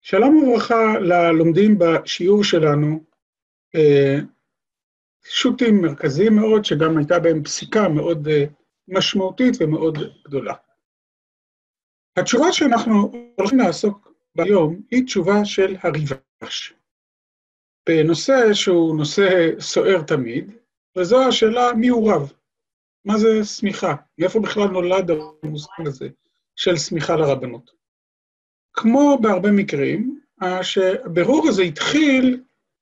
שלום וברכה ללומדים בשיעור שלנו, שו"תים מרכזיים מאוד, שגם הייתה בהם פסיקה מאוד משמעותית ומאוד גדולה. התשובה שאנחנו הולכים לעסוק ביום היא תשובה של הריב"ש, בנושא שהוא נושא סוער תמיד, וזו השאלה מי הוא רב, מה זה סמיכה, מאיפה בכלל נולד המושג הזה של סמיכה לרבנות. כמו בהרבה מקרים, שהבירור הזה התחיל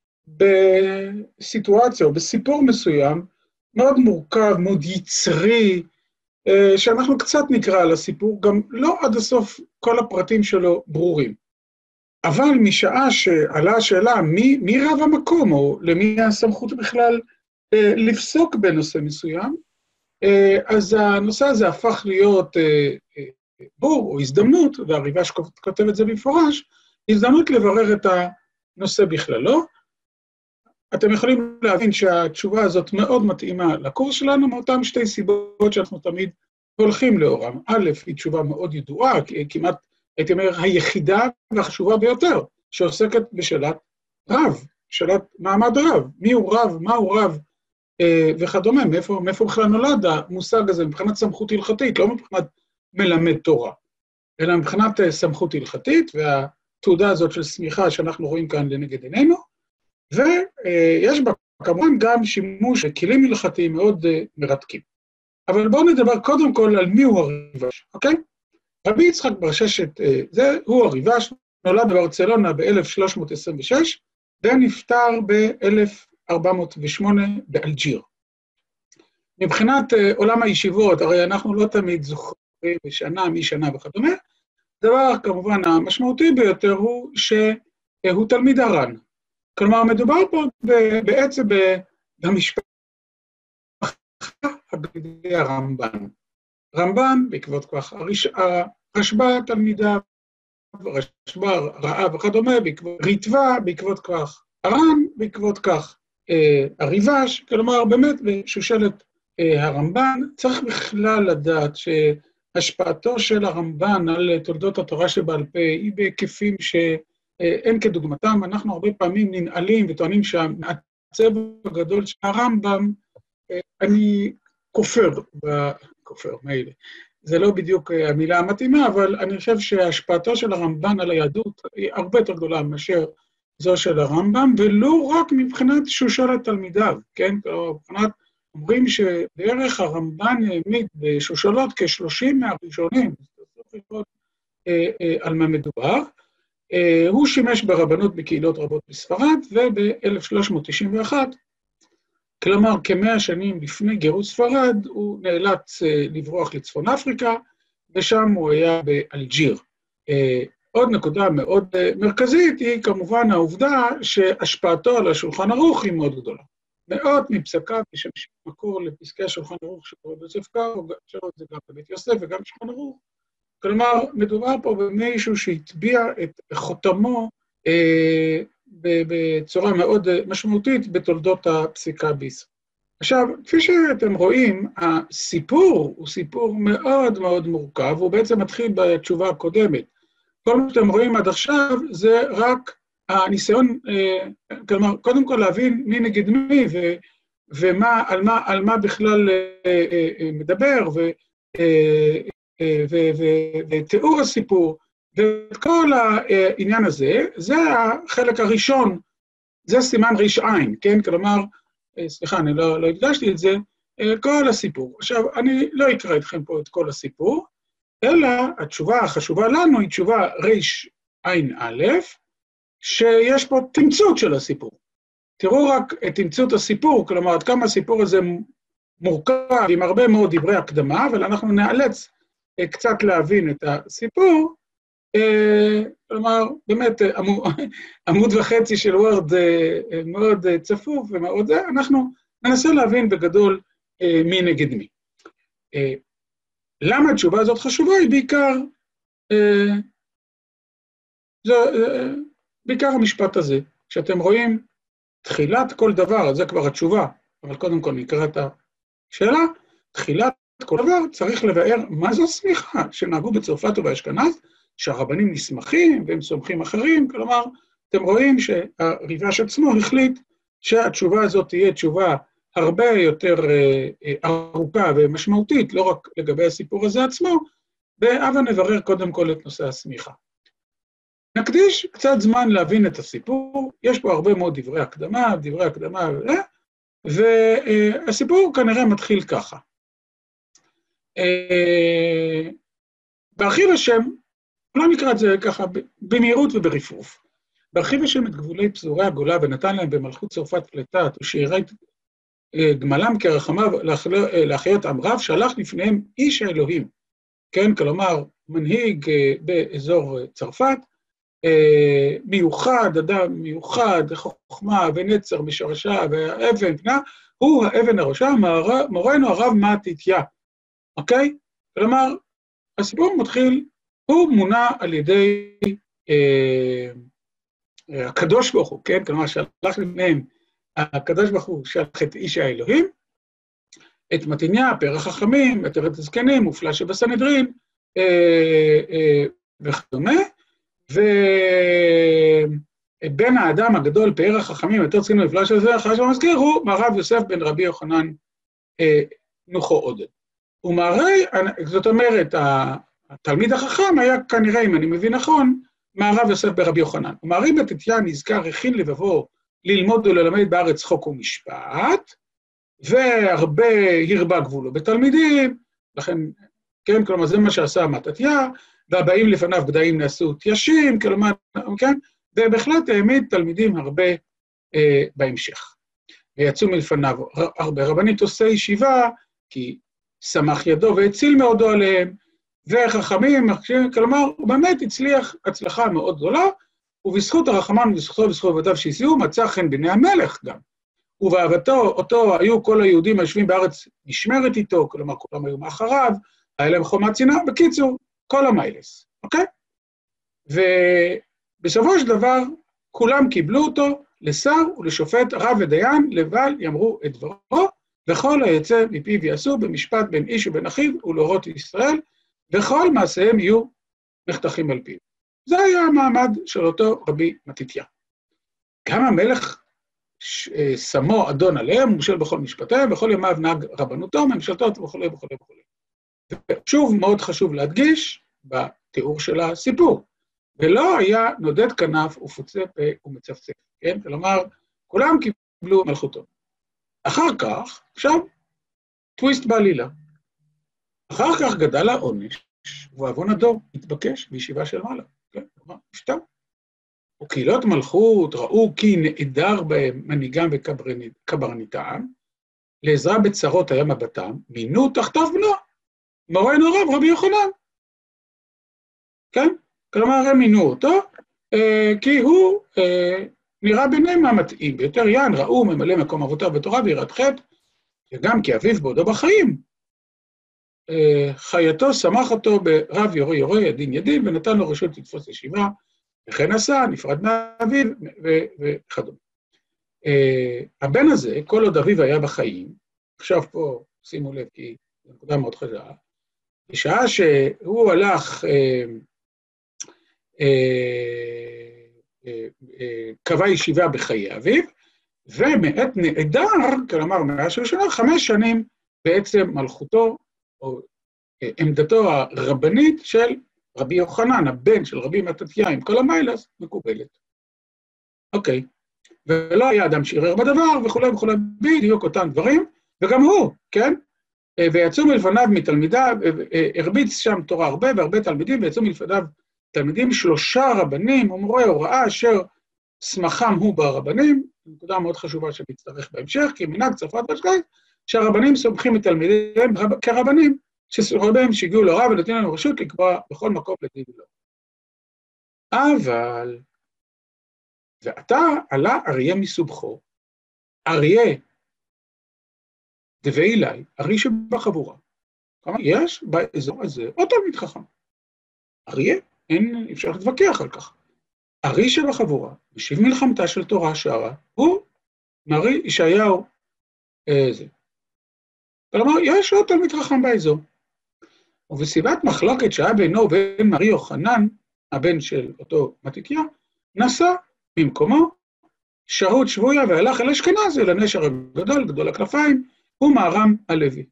בסיטואציה או בסיפור מסוים, מאוד מורכב, מאוד יצרי, שאנחנו קצת נקרא על הסיפור, גם לא עד הסוף כל הפרטים שלו ברורים. אבל משעה שעלה השאלה מי רב המקום, או למי הסמכות בכלל לפסוק בנושא מסוים, אז הנושא הזה הפך להיות בור או הזדמנות, והריב"ש כותב את זה במפורש, הזדמנות לברר את הנושא בכללו. אתם יכולים להבין שהתשובה הזאת מאוד מתאימה לקורס שלנו, מאותם שתי סיבות שאנחנו תמיד הולכים לאורם. א', היא תשובה מאוד ידועה, כמעט, הייתי אומר, היחידה והחשובה ביותר, שעוסקת בשאלת רב, שאלת מעמד רב, מי הוא רב, מה הוא רב, וכדומה, מאיפה בכלל נולד המושג הזה, מבחינת סמכות הלכתית, לא מבחינת מלמד תורה, אלא מבחינת סמכות הלכתית, והתעודה הזאת של סמיכה שאנחנו רואים כאן לנגד עינינו, ויש בה כמובן גם שימוש בכלים הלכתיים מאוד מרתקים. אבל בואו נדבר קודם כל על מי הוא הריב"ש, אוקיי? רבי יצחק בר ששת, זה הוא הריב"ש, נולד בברצלונה ב-1326, ונפטר ב-1408 באלג'יר. מבחינת עולם הישיבות, הרי אנחנו לא תמיד זוכרים בשנה, משנה וכדומה, דבר כמובן המשמעותי ביותר הוא שהוא תלמיד הר"ן. כלומר, מדובר פה בעצם במשפחה בידי הרמב"ן. רמב"ן, בעקבות כך, רשב"א תלמידיו, רשב"א ראה וכדומה, ריטב"א, בעקבות כך, הר"ן, בעקבות כך, הריב"ש, כלומר, באמת בשושלת הרמב"ן, צריך בכלל לדעת שהשפעתו של הרמב"ן על תולדות התורה שבעל פה היא בהיקפים שאין כדוגמתם. אנחנו הרבה פעמים ננעלים וטוענים שהמעצב הגדול של הרמב"ם, אני כופר, מילא. זה לא בדיוק המילה המתאימה, אבל אני חושב שהשפעתו של הרמב"ן על היהדות היא הרבה יותר גדולה מאשר זו של הרמב"ם, ולא רק מבחינת שושלת תלמידיו, כן? מבחינת אומרים שבערך הרמב"ן העמיד בשושלות כ-30 מהראשונים, על מה מדובר. הוא שימש ברבנות בקהילות רבות בספרד, וב-1391, כלומר כ100 שנים לפני גירוש ספרד, הוא נאלץ לברוח לצפון אפריקה, ושם הוא היה באלג'יר. עוד נקודה מאוד מרכזית היא כמובן העובדה שהשפעתו על השולחן ערוך היא מאוד גדולה. מאות מפסקיו משמשים מקור לפסקי השולחן ערוך שקורא ביוסף קארו, זה גם בבית יוסף וגם שולחן ערוך. כלומר, מדובר פה במישהו שהטביע את חותמו בצורה מאוד משמעותית בתולדות הפסיקה בישראל. עכשיו, כפי שאתם רואים, הסיפור הוא סיפור מאוד מאוד מורכב, הוא בעצם מתחיל בתשובה הקודמת. כל מה שאתם רואים עד עכשיו זה רק הניסיון, כלומר, קודם כל להבין מי נגד מי, ומה, על מה בכלל מדבר, ותיאור הסיפור, ואת כל העניין הזה, זה החלק הראשון, זה סימן רע"ע, כן? כלומר, סליחה, אני לא הקדשתי את זה, כל הסיפור. עכשיו, אני לא אקרא אתכם פה את כל הסיפור, אלא התשובה החשובה לנו היא תשובה רע"א, שיש פה תמצות של הסיפור. תראו רק את תמצות הסיפור, כלומר, עד כמה הסיפור הזה מורכב עם הרבה מאוד דברי הקדמה, אבל אנחנו נאלץ קצת להבין את הסיפור, כלומר, באמת עמוד וחצי של וורד מאוד צפוף ומאוד זה, אנחנו ננסה להבין בגדול מי נגד מי. למה התשובה הזאת חשובה? היא בעיקר המשפט הזה, שאתם רואים תחילת כל דבר, זה כבר התשובה, אבל קודם כל נקרא את השאלה, תחילת כל דבר צריך לבאר מה זו סמיכה שנהגו בצרפת ובאשכנז, שהרבנים נסמכים והם סומכים אחרים, כלומר, אתם רואים שהריב"ש עצמו החליט שהתשובה הזאת תהיה תשובה הרבה יותר ארוכה ומשמעותית, לא רק לגבי הסיפור הזה עצמו, והבה נברר קודם כל את נושא הסמיכה. נקדיש קצת זמן להבין את הסיפור, יש פה הרבה מאוד דברי הקדמה, והסיפור כנראה מתחיל ככה. בארכיב השם, לא נקרא את זה ככה במהירות וברפרוף, בארכיב השם את גבולי פזורי הגולה ונתן להם במלכות צרפת פלטת, ושאירי גמלם כרחמיו להחיות עם רב, שלח לפניהם איש האלוהים, כן, כלומר, מנהיג באזור צרפת, מיוחד, אדם מיוחד, חוכמה ונצר משרשה והאבן פנה, הוא האבן הראשה, מורנו הרב מתתיה, אוקיי? כלומר, הסיפור מתחיל, הוא מונה על ידי הקדוש ברוך הוא, כן? כלומר, שלח לפניהם, הקדוש ברוך הוא שלח את איש האלוהים, את מתניה, פרח חכמים, עטרת הזקנים, מופלא שבסנהדרין, וכדומה, ובן האדם הגדול, פאר החכמים, יותר זקנים מופלא של זה, אחרי שהוא מזכיר, הוא מהרב יוסף בן רבי יוחנן נוחו עודד. זאת אומרת, התלמיד החכם היה כנראה, אם אני מבין נכון, מהרב יוסף ברבי יוחנן. ומהרי מתתיה נזכר, הכין לבבו ללמוד וללמד בארץ חוק ומשפט, והרבה הרבה גבולו בתלמידים, לכן, כן, כלומר, זה מה שעשה מתתיה, והבאים לפניו גדיים נעשו תיישים, כלומר, כן, ובהחלט העמיד תלמידים הרבה בהמשך. ויצאו מלפניו הרבה רבנית עושי ישיבה, כי שמח ידו והציל מאודו עליהם, וחכמים, כלומר, הוא באמת הצליח הצלחה מאוד גדולה, ובזכות הרחמן ובזכותו ובזכות עבדיו שהסיעו, מצא חן בעיני המלך גם. ובאהבתו, אותו היו כל היהודים היושבים בארץ נשמרת איתו, כלומר, כולם היו מאחריו, היה להם חומת שנאה, בקיצור, כל המיילס, אוקיי? ובסופו של דבר, כולם קיבלו אותו לשר ולשופט רב ודיין, לבל יאמרו את דברו, וכל היצא מפיו יעשו במשפט בין איש ובין אחיו ולאורות ישראל, וכל מעשיהם יהיו נחתכים על פיו. זה היה המעמד של אותו רבי מתתיה. גם המלך שמו אדון עליהם, מושל בכל משפטיהם, וכל ימיו נהג רבנותו, ממשלתו וכו' וכו' וכו'. ושוב, מאוד חשוב להדגיש בתיאור של הסיפור, ולא היה נודד כנף ופוצה פה ומצפצף, כן? כלומר, כולם קיבלו מלכותו. אחר כך, עכשיו, טוויסט בעלילה. אחר כך גדל העונש, ובעוון הדור התבקש בישיבה של מעלה, כן? כלומר, השתם. וקהילות מלכות ראו כי נעדר בהם מנהיגם וקברניתם, לעזרה בצרות היה מבטם, מינו תחתיו בנו, מורנו הרב רבי יוחנן. כן? כלומר, הם מינו אותו, כי הוא נראה ביניהם המתאים ביותר. יען ראו ממלא מקום אבותיו בתורה ויראת חטא, וגם כי אביו בעודו בחיים, חייתו שמח אותו ברב יורה יורה ידין ידין, ונתן לו רשות לתפוס ישיבה, וכן עשה, נפרד מאביו, וכדומה. הבן הזה, כל עוד אביו היה בחיים, עכשיו פה, שימו לב, כי זו נקודה מאוד חזרה, בשעה שהוא הלך, קבע ישיבה בחיי אביו, ומעת נעדר, כלומר, מאז ראשונה, 5 שנים בעצם מלכותו, או עמדתו הרבנית של רבי יוחנן, הבן של רבי מתתיה, עם כל המיילס, מקובלת. אוקיי. ולא היה אדם שערער בדבר, וכו' וכו', בדיוק אותם דברים, וגם הוא, כן? ויצאו מלפניו מתלמידיו, הרביץ שם תורה הרבה, והרבה תלמידים, ויצאו מלפניו תלמידים, 3 רבנים, אומרי הוראה, אשר שמחם הוא ברבנים, נקודה מאוד חשובה שנצטרך בהמשך, כי מנהג צרפת ואשכנז, שהרבנים סומכים את תלמידיהם כרבנים, שרבנים שהגיעו לרב ונותנים לנו רשות לקבוע בכל מקום לדין לו. אבל, ועתה עלה אריה מסובכו, אריה דבי אלי, ארי שבחבורה. כלומר, יש באזור הזה עוד תלמיד חכם. אריה, אין אפשר להתווכח על כך. ארי שבחבורה, משיב מלחמתה של תורה שערה, הוא מרי ישעיהו זה. כלומר, יש עוד תלמיד חכם באזור. ובסיבת מחלוקת שהיה בינו ובין מרי יוחנן, הבן של אותו מתתיה, נסע במקומו, שהות שבויה והלך אל אשכנז, אל הנשר הגדול, גדול הכנפיים, הוא מהר"ם הלוי.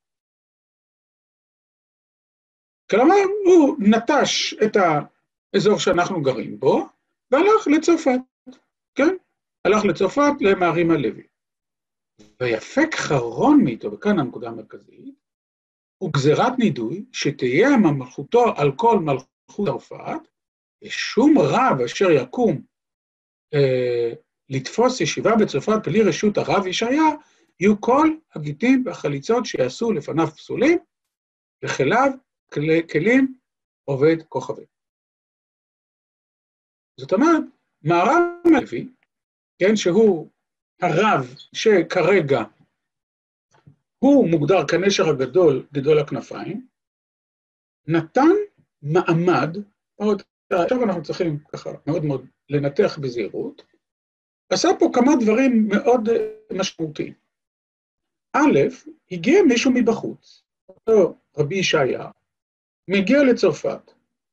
כלומר, הוא נטש את האזור שאנחנו גרים בו, והלך לצרפת, כן? הלך לצרפת למהר"ם הלוי. ויפק חרון מאיתו, וכאן הנקודה המרכזית, הוא גזירת נידוי, שתהיה ממלכותו על כל מלכות צרפת, ושום רב אשר יקום לתפוס ישיבה בצרפת בלי רשות הרב ישעיה, יהיו כל הגיטין והחליצות שיעשו לפניו פסולים, וכליו כלים עובד כוכבים. זאת אומרת, מהר"ם הלוי, כן, שהוא הרב שכרגע הוא מוגדר כנשר הגדול, גדול הכנפיים, נתן מעמד, עכשיו אנחנו צריכים ככה מאוד מאוד לנתח בזהירות, עשה פה כמה דברים מאוד משמעותיים. א', הגיע מישהו מבחוץ, אותו רבי ישעיה, מגיע לצרפת,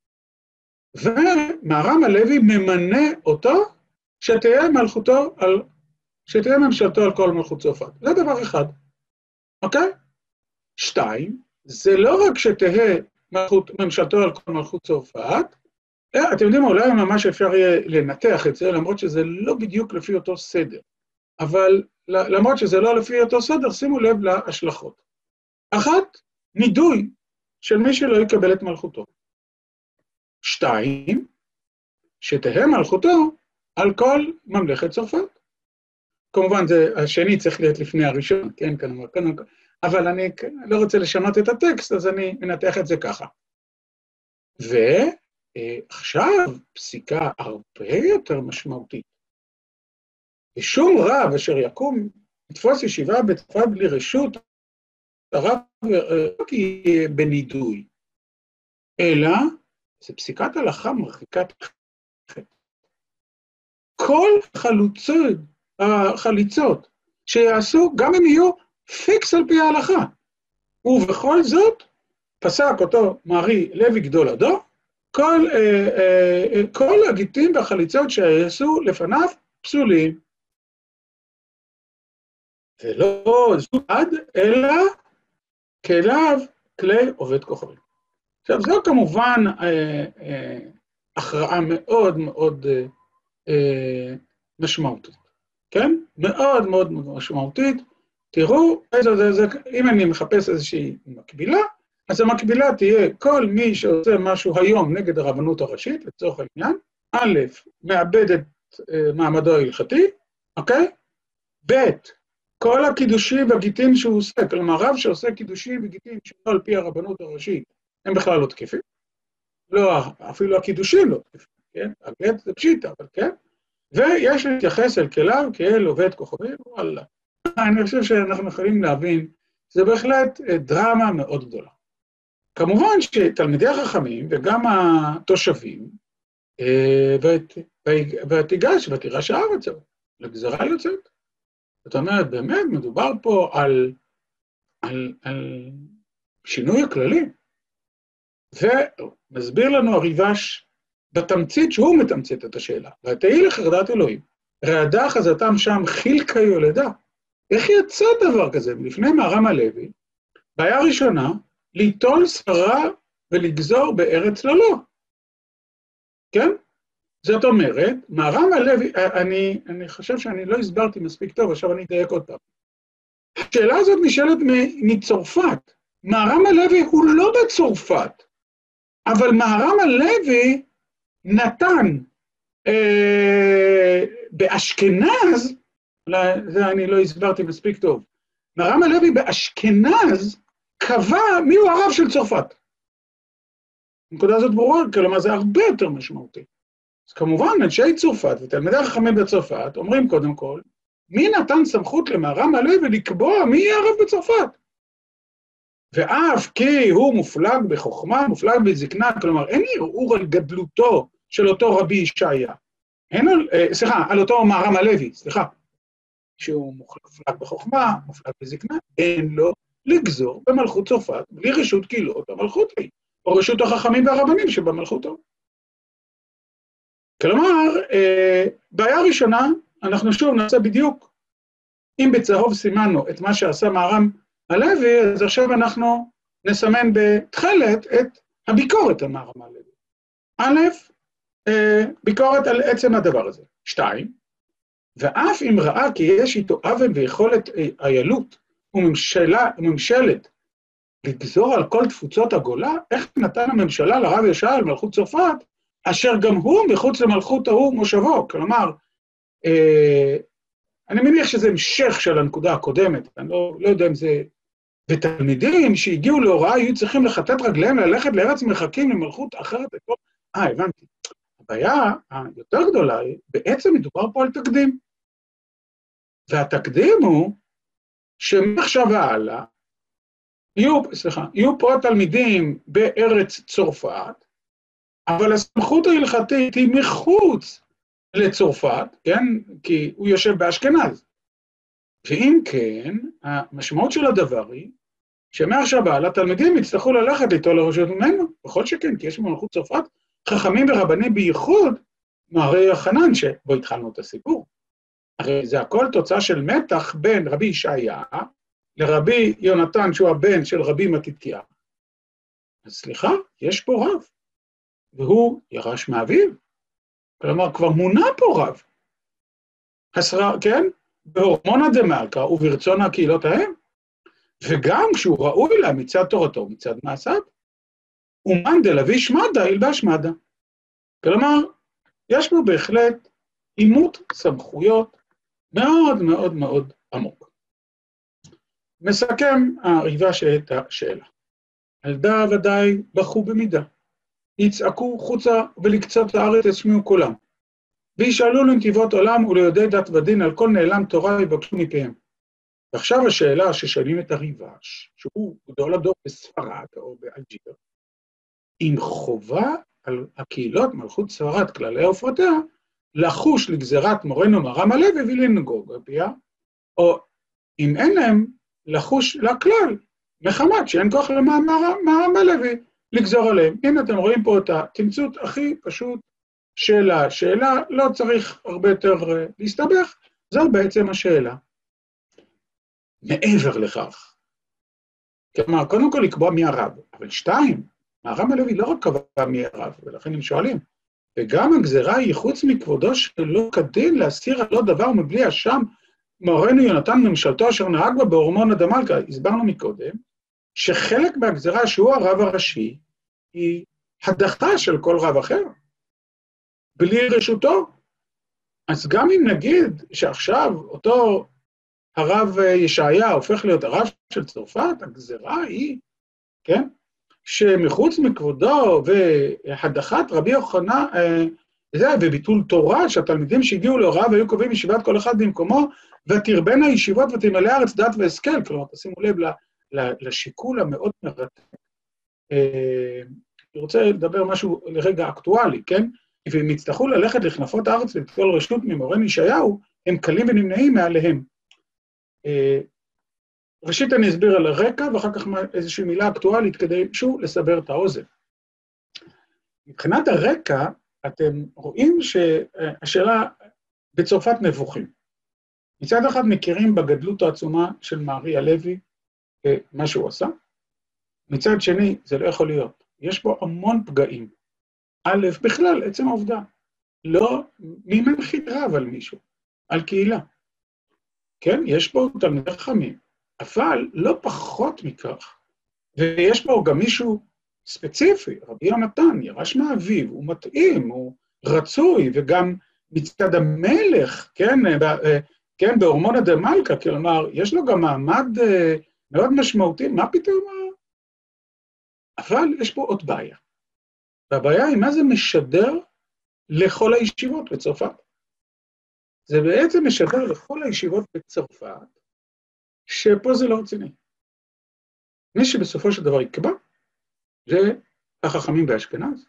ומהר"ם הלוי ממנה אותו, שתהיה ממשלתו על כל מלכות צרפת. זה דבר אחד. אוקיי? 2, זה לא רק שתהיה ממשלתו על כל מלכות צרפת, אתם יודעים, אולי ממש אפשר יהיה לנתח את זה, למרות שזה לא בדיוק לפי אותו סדר. אבל למרות שזה לא לפי אותו סדר, שימו לב להשלכות. 1, נידוי של מי שלא יקבל את מלכותו. 2, שתהיה מלכותו על כל ממלכת צרפת. כמובן, השני צריך להיות לפני הראשון, כן, כאן, אבל אני לא רוצה לשנות את הטקסט, אז אני מנתח את זה ככה. ועכשיו פסיקה הרבה יותר משמעותית. ושום רב אשר יקום לתפוס ישיבה בצרפת בלי רשות, הרב רק יהיה בנידוי, אלא זה פסיקת הלכה מרחיקת לכת. כל החליצות שיעשו, גם אם יהיו פיקס על פי ההלכה. ובכל זאת, פסק אותו מהרי לוי גדול הדור, כל הגיטין והחליצות שיעשו לפניו פסולים. ולא זו עד, אלא כליו כלי עובד כוכבים. עכשיו, זו כמובן הכרעה מאוד מאוד משמעותית. כן? מאוד מאוד משמעותית. תראו, אם אני מחפש איזושהי מקבילה, אז המקבילה תהיה כל מי שעושה משהו היום נגד הרבנות הראשית, לצורך העניין, א', מאבד את מעמדו ההלכתי, אוקיי? ב', כל הקידושים והגיטין שהוא עושה, כלומר, רב שעושה קידושים וגיטין שלא על פי הרבנות הראשית, הם בכלל לא תקפים. לא, אפילו הקידושים לא תקפים, כן? הגט זה פשיטה, אבל כן? ויש להתייחס אל כליו כאל עובד כוכבים, וואלה. אני חושב שאנחנו יכולים להבין, זה בהחלט דרמה מאוד גדולה. כמובן שתלמידי החכמים וגם התושבים, ותיגש ותירש הארץ, לגזרה יוצאת. זאת אומרת, באמת מדובר פה על שינוי הכללי. ומסביר לנו הריב"ש בתמצית שהוא מתמצית את השאלה. ותהי לחרדת אלוהים, רעדה חזתם שם חילקה יולדה. איך יצא דבר כזה? לפני מהר"ם הלוי, בעיה ראשונה, ליטול שרה ולגזור בארץ ללא. כן? זאת אומרת, מהר"ם הלוי, אני חושב שאני לא הסברתי מספיק טוב, עכשיו אני אדייק עוד פעם. השאלה הזאת נשאלת מצרפת. מהר"ם הלוי הוא לא בצרפת, אבל מהר"ם הלוי נתן באשכנז, זה אני לא הסברתי מספיק טוב, מהר"ם הלוי באשכנז קבע מי הוא הרב של צרפת. הנקודה הזאת ברורה, כלומר זה הרבה יותר משמעותי. אז כמובן, אנשי צרפת ותלמידי החכמים בצרפת אומרים קודם כל, מי נתן סמכות למהר"ם הלוי לקבוע מי יהיה הרב בצרפת? ואף כי הוא מופלג בחוכמה, מופלג בזקנה, כלומר אין ערעור על גדלותו של אותו רבי ישעיה. על אותו מהר"ם הלוי, שהוא מופלג בחוכמה, מופלג בזקנה, אין לו לגזור במלכות צרפת, בלי רשות קהילות המלכות היא, או רשות החכמים והרבנים שבמלכותו. כלומר, בעיה ראשונה, אנחנו שוב נעשה בדיוק, אם בצהוב סימנו את מה שעשה מהר"ם הלוי, אז עכשיו אנחנו נסמן בתחילת את הביקורת על מהר"ם הלוי. א', ביקורת על עצם הדבר הזה. 2, ואף אם ראה כי יש איתו אבן ויכולת איילות וממשלת לגזור על כל תפוצות הגולה, איך נתן הממשלה לרב ישעיה על מלכות צרפת, אשר גם הוא מחוץ למלכות ההוא מושבו. כלומר, אני מניח שזה המשך של הנקודה הקודמת, אני לא יודע אם זה... ותלמידים שהגיעו להוראה היו צריכים לחטט רגליהם ללכת לארץ מרחקים למלכות אחרת. הבנתי. הבעיה היותר גדולה היא, בעצם מדובר פה על תקדים. והתקדים הוא שמעכשיו והלאה, יהיו פה תלמידים בארץ צרפת, אבל הסמכות ההלכתית היא מחוץ לצרפת, כן? כי הוא יושב באשכנז. ואם כן, המשמעות של הדבר היא, שמעכשיו והלאה, התלמידים יצטרכו ללכת איתו לרשות ממנו, בכל שכן, כי יש במלכות צרפת, חכמים ורבנים בייחוד, מהרי החנן שבו התחלנו את הסיפור. הרי זה הכל תוצאה של מתח בין רבי ישעיה לרבי יונתן, שהוא הבן של רבי מתתיהו. אז סליחה, יש פה רב, והוא ירש מאביו. כלומר, כבר מונה פה רב. כן? בהורמונא דמלכא וברצון הקהילות ההם, וגם כשהוא ראוי לה מצד תורתו ומצד מעשיו, ומאן דלביא שמדא ילבש שמדא. כלומר, יש פה בהחלט אימות סמכויות מאוד מאוד מאוד עמוק. מסכם הריב"ש את השאלה. ילדה ודאי בכו במידה, יצעקו חוצה ולקצות הארץ ישמיעו קולם, וישאלו לנתיבות עולם וליודעי דת ודין על כל נעלם תורה יבקשו מפיהם. ועכשיו השאלה ששאלים את הריב"ש, שהוא גדול הדור בספרד או באלג'יר, אם חובה על הקהילות מלכות ספרד כללי ופרטיה, לחוש לגזירת מורנו מהר"ם הלוי ולנגוג בפיה, או אם אין להם לחוש לכלל, מחמת שאין כוח למהר"ם הלוי לגזור עליהם. הנה אתם רואים פה את התמצות הכי פשוט של השאלה, לא צריך הרבה יותר להסתבך, זו בעצם השאלה. מעבר לכך, כלומר, קודם כל לקבוע מי הרב, אבל 2, מהר"ם הלוי לא רק קבע מי הרב, ולכן הם שואלים, וגם הגזירה היא חוץ מכבודו שלא כדין להסיר על לא דבר מבלי אשם, מורנו יונתן ממשלתו אשר נהג בה בהורמונא דמלכא. הסברנו מקודם, שחלק מהגזירה שהוא הרב הראשי, היא הדחה של כל רב אחר, בלי רשותו. אז גם אם נגיד שעכשיו אותו הרב ישעיה הופך להיות הרב של צרפת, הגזירה היא, כן? שמחוץ מכבודו והדחת רבי יוחנן, וביטול תורה, שהתלמידים שהגיעו להוראה והיו קובעים ישיבת כל אחד במקומו, ותרבנה ישיבות ותמלא הארץ דת והשכל. כלומר, תשימו לב לשיקול המאוד מרתק. אני רוצה לדבר משהו לרגע אקטואלי, כן? ואם יצטרכו ללכת לכנפות הארץ ולטול רשות ממורנו ישעיהו, הם קלים ונמנעים מעליהם. ראשית אני אסביר על הרקע, ואחר כך איזושהי מילה אקטואלית כדי שוב לסבר את האוזן. מבחינת הרקע, אתם רואים שהשאלה בצרפת נבוכים. מצד אחד מכירים בגדלות העצומה של מהרי הלוי, מה שהוא עשה. מצד שני, זה לא יכול להיות. יש פה המון פגעים. א', בכלל, עצם העובדה. לא, מי מנחית רב על מישהו? על קהילה. כן, יש פה תלמידי חכמים. אבל לא פחות מכך, ויש פה גם מישהו ספציפי, רבי יונתן, ירש מאביו, הוא מתאים, הוא רצוי, וגם מצד המלך, כן, בהורמונא דמלכא, כלומר, יש לו גם מעמד מאוד משמעותי, מה פתאום? אבל יש פה עוד בעיה. והבעיה היא מה זה משדר לכל הישיבות בצרפת. זה בעצם משדר לכל הישיבות בצרפת, שפה זה לא רציני. מי שבסופו של דבר יקבע, זה החכמים באשכנז.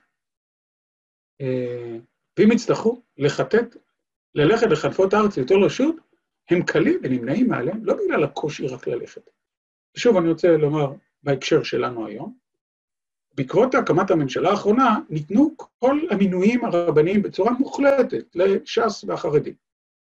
ואם יצטרכו ללכת לכנפות הארץ יותר רשות, הם קלים ונמנעים מעליהם, לא בגלל הקושי רק ללכת. ושוב, אני רוצה לומר בהקשר שלנו היום, בעקבות הקמת הממשלה האחרונה, ניתנו כל המינויים הרבניים בצורה מוחלטת לש"ס והחרדים.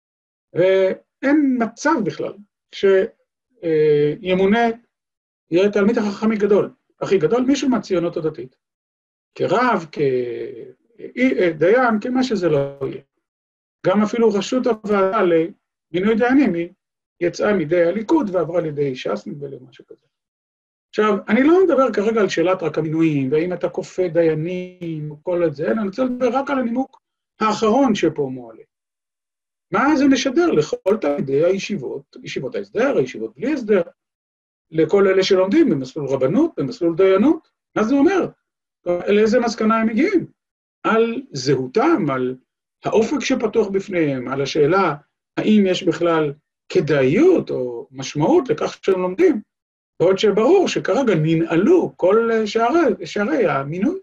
ואין מצב בכלל שימונה, יהיה תלמיד החכם הכי גדול, מישהו מהציונות הדתית. כרב, כדיין, כמה שזה לא יהיה. גם אפילו רשות הוועדה למינוי דיינים, היא יצאה מידי הליכוד ועברה לידי ש"ס ולמשהו כזה. עכשיו, אני לא מדבר כרגע על שאלת רק המינויים, והאם אתה כופה דיינים או כל את זה, אני רוצה לדבר רק על הנימוק האחרון שפה מועלה. מה זה משדר לכל תלמידי הישיבות, ישיבות ההסדר, הישיבות בלי הסדר, לכל אלה שלומדים במסלול רבנות, במסלול דיינות? מה זה אומר? לאיזה מסקנה הם מגיעים? על זהותם, על האופק שפתוח בפניהם, על השאלה האם יש בכלל כדאיות או משמעות לכך שהם לומדים, ועוד שברור שכרגע ננעלו כל שערי המינוי.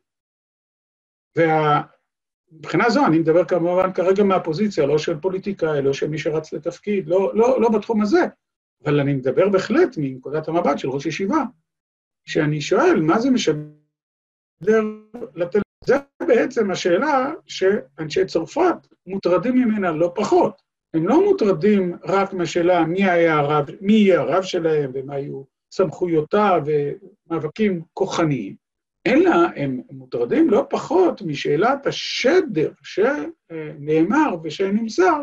מבחינה זו, אני מדבר כמובן כרגע מהפוזיציה, לא של פוליטיקאי, לא של מי שרץ לתפקיד, לא בתחום הזה, אבל אני מדבר בהחלט מנקודת המבט של ראש ישיבה, שאני שואל מה זה משדר לתל... זה בעצם השאלה שאנשי צרפת מוטרדים ממנה לא פחות. הם לא מוטרדים רק מהשאלה מי יהיה הרב שלהם ומה היו סמכויותיו ומאבקים כוחניים, אלא הם מוטרדים לא פחות משאלת השדר שנאמר ושנמסר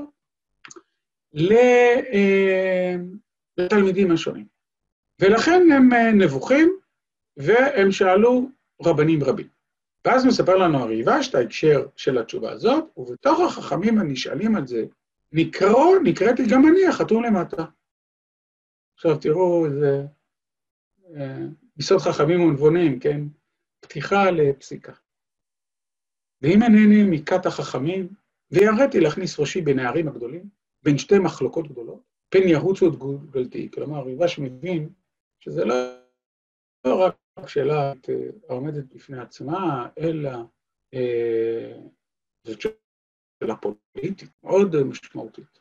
לתלמידים השונים. ולכן הם נבוכים והם שאלו רבנים רבים. ואז מספר לנו הריב"ש את ההקשר של התשובה הזאת, ובתוך החכמים הנשאלים על זה, נקראתי גם אני החתום למטה. עכשיו תראו איזה יסוד חכמים ונבונים, כן? פתיחה לפסיקה. ואם אינני מכת החכמים, ויראתי להכניס ראשי בין הערים הגדולים, בין שתי מחלוקות גדולות, פן ירוצו את גולתי. כלומר, הריב"ש מבין שזה לא רק שאלה העומדת בפני עצמה, אלא זאת שאלה פוליטית, מאוד משמעותית.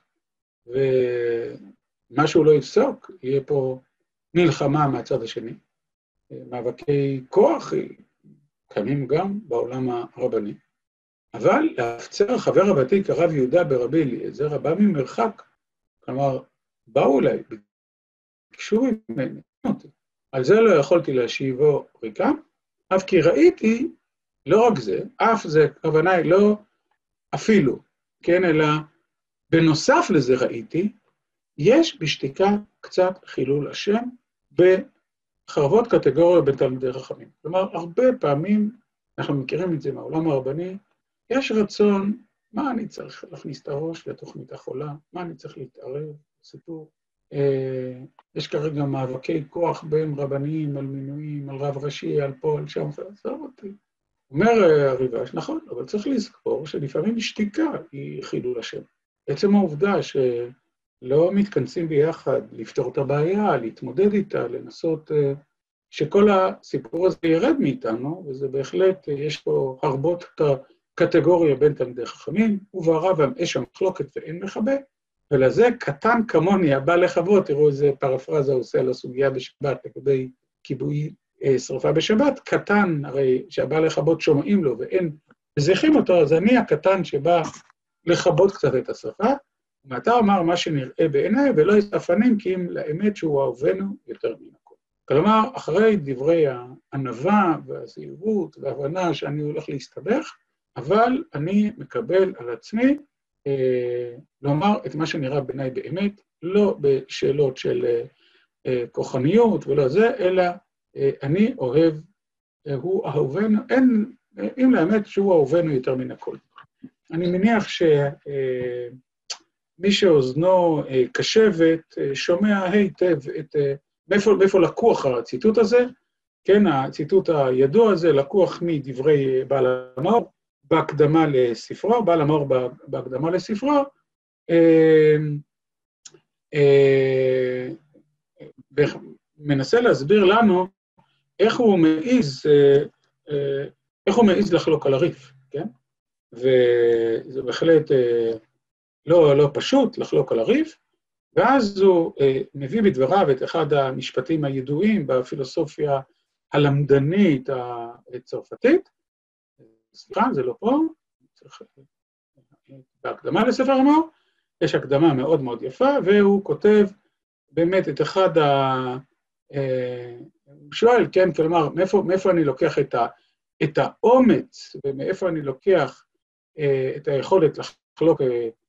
ומה שהוא לא יפסוק, יהיה פה מלחמה מהצד השני. מאבקי כוח קיימים גם בעולם הרבני. אבל להפצר חבר הוותיק הרב יהודה ברבי אליעזר, הבא ממרחק, כלומר, באו אליי, ביקשו ממני אותי. על זה לא יכולתי להשיבו ריקם, אף כי ראיתי, לא רק זה, אף זה, הכוונה היא לא אפילו, כן, אלא בנוסף לזה ראיתי, יש בשתיקה קצת חילול השם בחרבות קטגוריה בין תלמידי חכמים. כלומר, הרבה פעמים, אנחנו מכירים את זה מהעולם הרבני, יש רצון, מה אני צריך להכניס את הראש לתוכנית החולה, מה אני צריך להתערב, סיפור. יש כרגע מאבקי כוח בין רבנים על מינויים, על רב ראשי, על פה, על שם, עזוב אותי. אומר הריב"ש, נכון, אבל צריך לזכור שלפעמים שתיקה היא חילול השם. בעצם העובדה שלא מתכנסים ביחד לפתור את הבעיה, להתמודד איתה, לנסות שכל הסיפור הזה ירד מאיתנו, וזה בהחלט, יש פה הרבות את הקטגוריה בין תלמידי חכמים, ובערב הם אש המחלוקת ואין מכבה, ולזה קטן כמוני, הבא לכבוד, תראו איזה פרפרזה הוא עושה על הסוגיה בשבת, לגבי כיבוי שרפה בשבת, קטן, הרי שהבא לכבוד שומעים לו ואין מזיחים אותו, אז אני הקטן שבא לכבות קצת את השרפה, ומעתה אמר מה שנראה בעיניי, ולא יספנים כי אם לאמת שהוא אהובנו יותר מן הכל. כלומר, אחרי דברי הענווה והזהירות וההבנה שאני הולך להסתבך, אבל אני מקבל על עצמי לומר את מה שנראה בעיניי באמת, לא בשאלות של כוחניות ולא זה, אלא אני אוהב, הוא אהובנו, אין, אם לאמת שהוא אהובנו יותר מן הכל. אני מניח שמי שאוזנו קשבת, שומע היטב את, מאיפה לקוח הציטוט הזה, כן, הציטוט הידוע הזה לקוח מדברי בעל המאור, בהקדמה לספרו, בעל המאור בהקדמה לספרו, מנסה להסביר לנו איך הוא מעיז לחלוק על הריף, כן? וזה בהחלט לא פשוט לחלוק על הריף, ואז הוא מביא בדבריו את אחד המשפטים הידועים בפילוסופיה הלמדנית הצרפתית, סליחה, זה לא פה, צריך בהקדמה לספר המאור, יש הקדמה מאוד מאוד יפה, והוא כותב באמת את אחד הוא שואל, כן, כלומר, מאיפה אני לוקח את האומץ, ומאיפה אני לוקח את היכולת לחלוק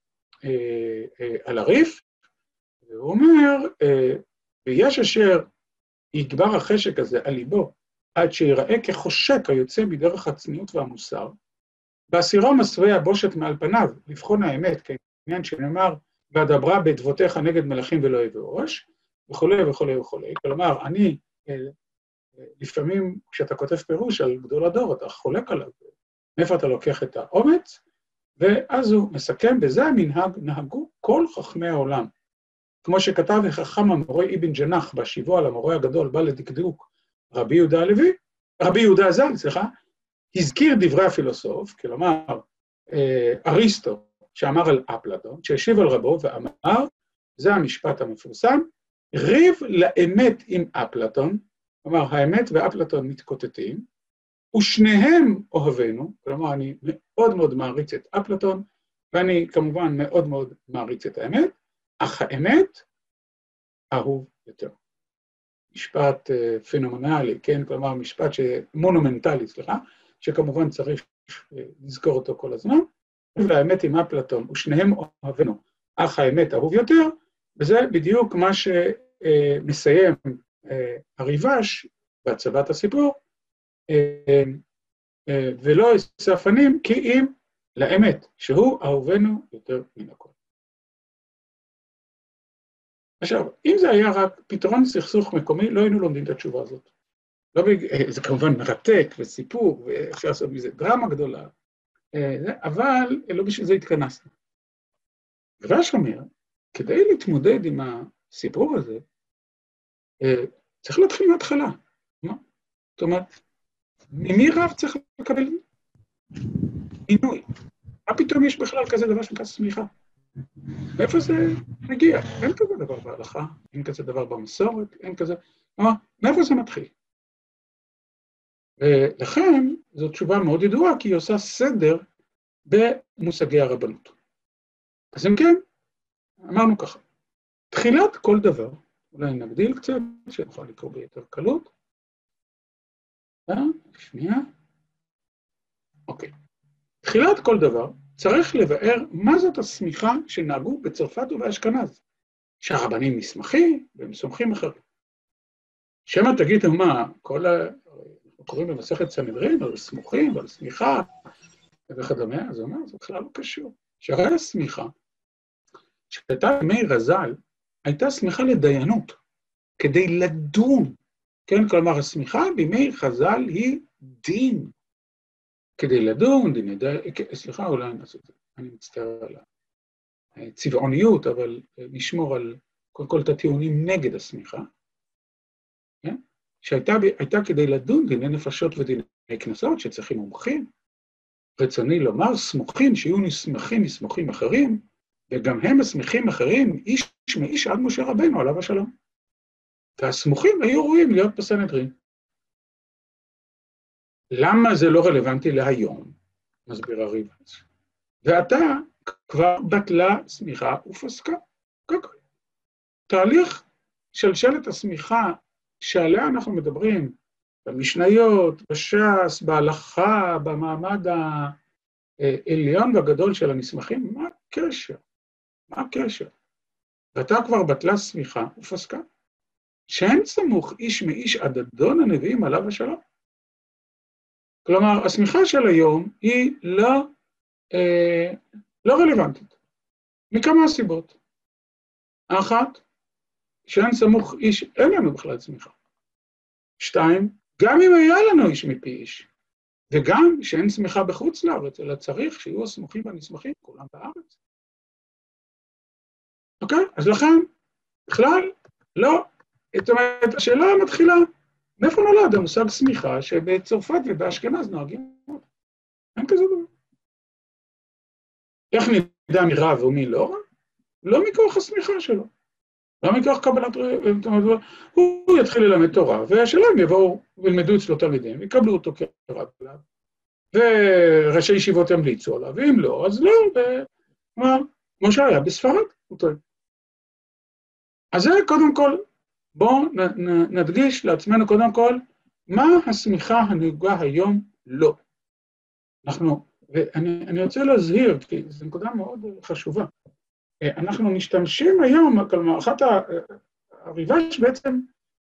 על הריף, והוא אומר, ויש אשר יגבר החשק הזה על ליבו, עד שיראה כחושק היוצא מדרך הצניעות והמוסר, בהסירו מסווה הבושת מעל פניו, לבחון האמת, כעניין שנאמר, ואדברה בדבותיך נגד מלכים ולא יבוא ראש, וכולי וכולי וכולי. כלומר, אני, לפעמים כשאתה כותב פירוש על גדול הדור, אתה חולק עליו, מאיפה אתה לוקח את האומץ, ואז הוא מסכם, בזה המנהג נהגו כל חכמי העולם. כמו שכתב החכם המורה אבן ג'נח, בשיבו על המורה הגדול, בא לדקדוק רבי יהודה הז"ל, הזכיר דברי הפילוסוף, כלומר, אריסטו, שאמר על אפלטון, שהשיב על רבו ואמר, זה המשפט המפורסם, ריב לאמת עם אפלטון, כלומר, האמת ואפלטון מתקוטטים, ושניהם אוהבינו, כלומר, אני מאוד מאוד מעריץ את אפלטון, ואני כמובן מאוד מאוד מעריץ את האמת, אך האמת אהוב יותר. משפט פנומנלי, כן? כלומר, משפט מונומנטלי, שכמובן צריך לזכור אותו כל הזמן, והאמת עם אפלטון, ושניהם אוהבינו, אך האמת אהוב יותר, וזה בדיוק מה שמסיים הריבש בהצבת הסיפור, ולא יסף פנים כי אם לאמת, שהוא אהובנו יותר מן הכל. עכשיו, אם זה היה רק פתרון סכסוך מקומי, לא היינו לומדים את התשובה הזאת. זה כמובן מרתק וסיפור, ואפשר לעשות מזה דרמה גדולה, אבל לא בשביל זה התכנסנו. רבש אומר, כדי להתמודד עם הסיפור הזה, צריך להתחיל מההתחלה. זאת אומרת, ממי רב צריך לקבל מינוי? מה פתאום יש בכלל כזה דבר שנקרא סמיכה? מאיפה זה מגיע? אין כזה דבר בהלכה, אין כזה דבר במסורת, אין כזה... מאיפה זה מתחיל? ולכן זו תשובה מאוד ידועה, כי היא עושה סדר במושגי הרבנות. אז אם כן, אמרנו ככה, תחילת כל דבר, אולי נגדיל קצת, שנוכל לקרוא ביותר קלות. שנייה. אוקיי. תחילת כל דבר, צריך לבאר מה זאת הסמיכה שנהגו בצרפת ובאשכנז, שהרבנים נסמכים והם סומכים אחרים. שמא תגידו מה, אנחנו קוראים במסכת סנהדרין, על סמוכים ועל סמיכה וכדומה, אז הוא אומר, זה בכלל לא קשור. שהרי הסמיכה, שהייתה ימי רז"ל, הייתה סמיכה לדיינות, כדי לדון, כן? כלומר, הסמיכה בימי חז"ל היא דין, כדי לדון, סליחה, אולי נעשה את זה, אני מצטער על הצבעוניות, אבל נשמור על קודם כל את הטיעונים נגד הסמיכה, כן? שהייתה כדי לדון דיני נפשות ודיני כנסות, שצריכים מומחים, רצוני לומר, סמוכים שיהיו נסמכים אחרים, וגם הם מסמיכים אחרים, איש מאיש עד משה רבנו, עליו השלום. והסמוכים היו ראויים להיות בסנהדרין. למה זה לא רלוונטי להיום? מסביר הריב"ץ. ועתה כבר בטלה סמיכה ופסקה. תהליך שלשלת הסמיכה שעליה אנחנו מדברים, במשניות, בש"ס, בהלכה, במעמד העליון והגדול של הנסמכים, מה הקשר? מה הקשר? ועתה כבר בטלה סמיכה ופסקה. שאין סמוך איש מאיש עד אדון הנביאים עליו השלום. כלומר, הסמיכה של היום היא לא רלוונטית, מכמה סיבות. האחת, שאין סמוך איש, אין לנו בכלל סמיכה. 2, גם אם היה לנו איש מפי איש, וגם שאין סמיכה בחוץ לארץ, אלא צריך שיהיו הסמוכים והנסמכים, כולם בארץ. אוקיי? אז לכן, בכלל, לא. זאת אומרת, השאלה מתחילה, מאיפה נולד המושג סמיכה שבצרפת ובאשכנז נוהגים? אין כזה דבר. איך נדע מי רב ומי לא? לא מכוח הסמיכה שלו. לא מכוח קבלת, הוא יתחיל ללמד תורה, והשאלה אם יבואו וילמדו אצלו תלמידים, יקבלו אותו כרב עליו, וראשי ישיבות ימליצו עליו, ואם לא, אז לא, כמו שהיה בספרד, הוא טוען. אז זה קודם כל, בואו נדגיש לעצמנו קודם כל, מה הסמיכה הנהוגה היום? לא. ואני רוצה להזהיר, כי זו נקודה מאוד חשובה. אנחנו משתמשים היום, כלומר, הריב"ש בעצם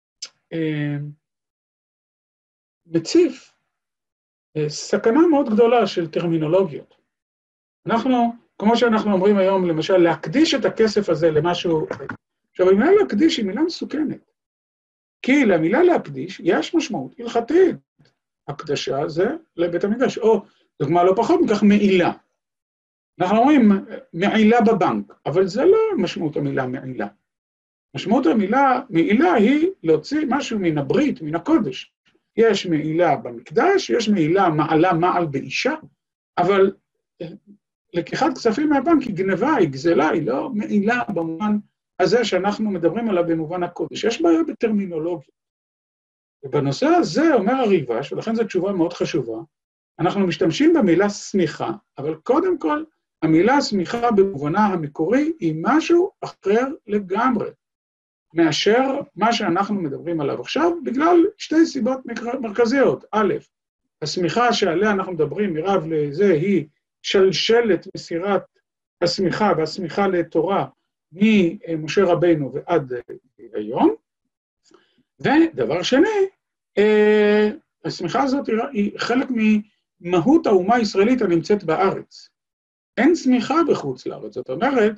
מציף סכנה מאוד גדולה של טרמינולוגיות. כמו שאנחנו אומרים היום, למשל, להקדיש את הכסף הזה למשהו. עכשיו, המילה להקדיש היא מילה מסוכנת. כי למילה להקדיש יש משמעות הלכתית. הקדשה זה לבית המקדש, או דוגמה לא פחות מכך מעילה. אנחנו אומרים מעילה בבנק, אבל זה לא משמעות המילה מעילה. משמעות המילה מעילה היא להוציא משהו מן הברית, מן הקודש. יש מעילה במקדש, יש מעילה מעלה מעל באישה, אבל לקיחת כספים מהבנק היא גנבה, היא גזלה, היא לא מעילה במובן הזה שאנחנו מדברים עליו במובן הקודש. יש בעיה בטרמינולוגיה. ובנושא הזה אומר הריב"ש, ולכן זו תשובה מאוד חשובה, אנחנו משתמשים במילה סמיכה, אבל קודם כל, המילה סמיכה במובנה המקורי היא משהו אחר לגמרי, מאשר מה שאנחנו מדברים עליו עכשיו, בגלל שתי סיבות מרכזיות. א', הסמיכה שעליה אנחנו מדברים מרב לזה היא שלשלת מסירת הסמיכה והסמיכה לתורה ממשה רבינו ועד היום. ודבר שני, הסמיכה הזאת היא חלק ממהות האומה הישראלית הנמצאת בארץ. אין סמיכה בחוץ לארץ, זאת אומרת,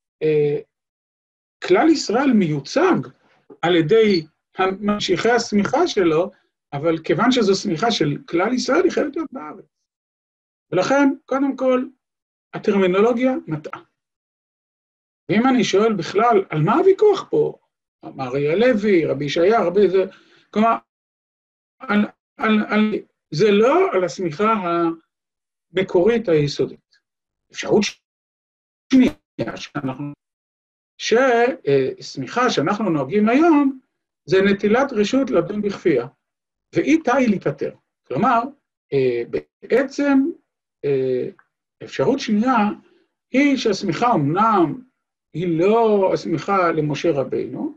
כלל ישראל מיוצג על ידי ממשיכי הסמיכה שלו, אבל כיוון שזו סמיכה של כלל ישראל, היא חייבת להיות בארץ. ולכן, קודם כל, הטרמינולוגיה מטעה. ואם אני שואל בכלל, על מה הוויכוח פה? מרי הלוי, רבי ישעיה, רבי זה, כלומר, זה לא על הסמיכה המקורית היסודית. אפשרות שנייה שסמיכה שאנחנו נוהגים היום, זה נטילת רשות לדון בכפייה, ואיתה היא להיפטר. כלומר, בעצם אפשרות שנייה היא שהסמיכה אמנם היא לא הסמיכה למשה רבינו,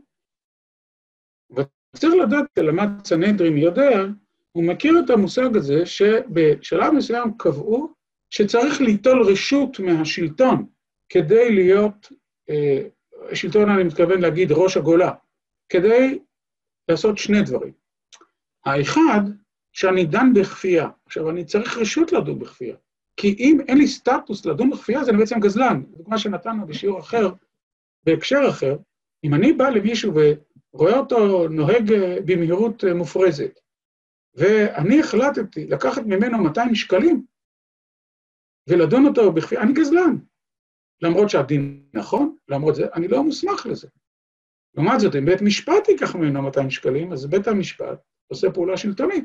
וצריך לדעת, למד סנהדרין יודע, הוא מכיר את המושג הזה שבשלב מסוים קבעו שצריך ליטול רשות מהשלטון כדי להיות, השלטון אני מתכוון להגיד ראש הגולה, כדי לעשות שני דברים. האחד, שאני דן בכפייה. עכשיו, אני צריך רשות לדון בכפייה, כי אם אין לי סטטוס לדון בכפייה, זה בעצם גזלן. דוגמה שנתנו בשיעור אחר, בהקשר אחר, אם אני בא למישהו ורואה אותו נוהג במהירות מופרזת, ואני החלטתי לקחת ממנו 200 שקלים, ולדון אותו בכפייה, אני גזלן. למרות שהדין נכון, למרות זה, אני לא מוסמך לזה. לעומת זאת, אם בית משפט ייקח ממנו 200 שקלים, אז בית המשפט עושה פעולה שלטונית.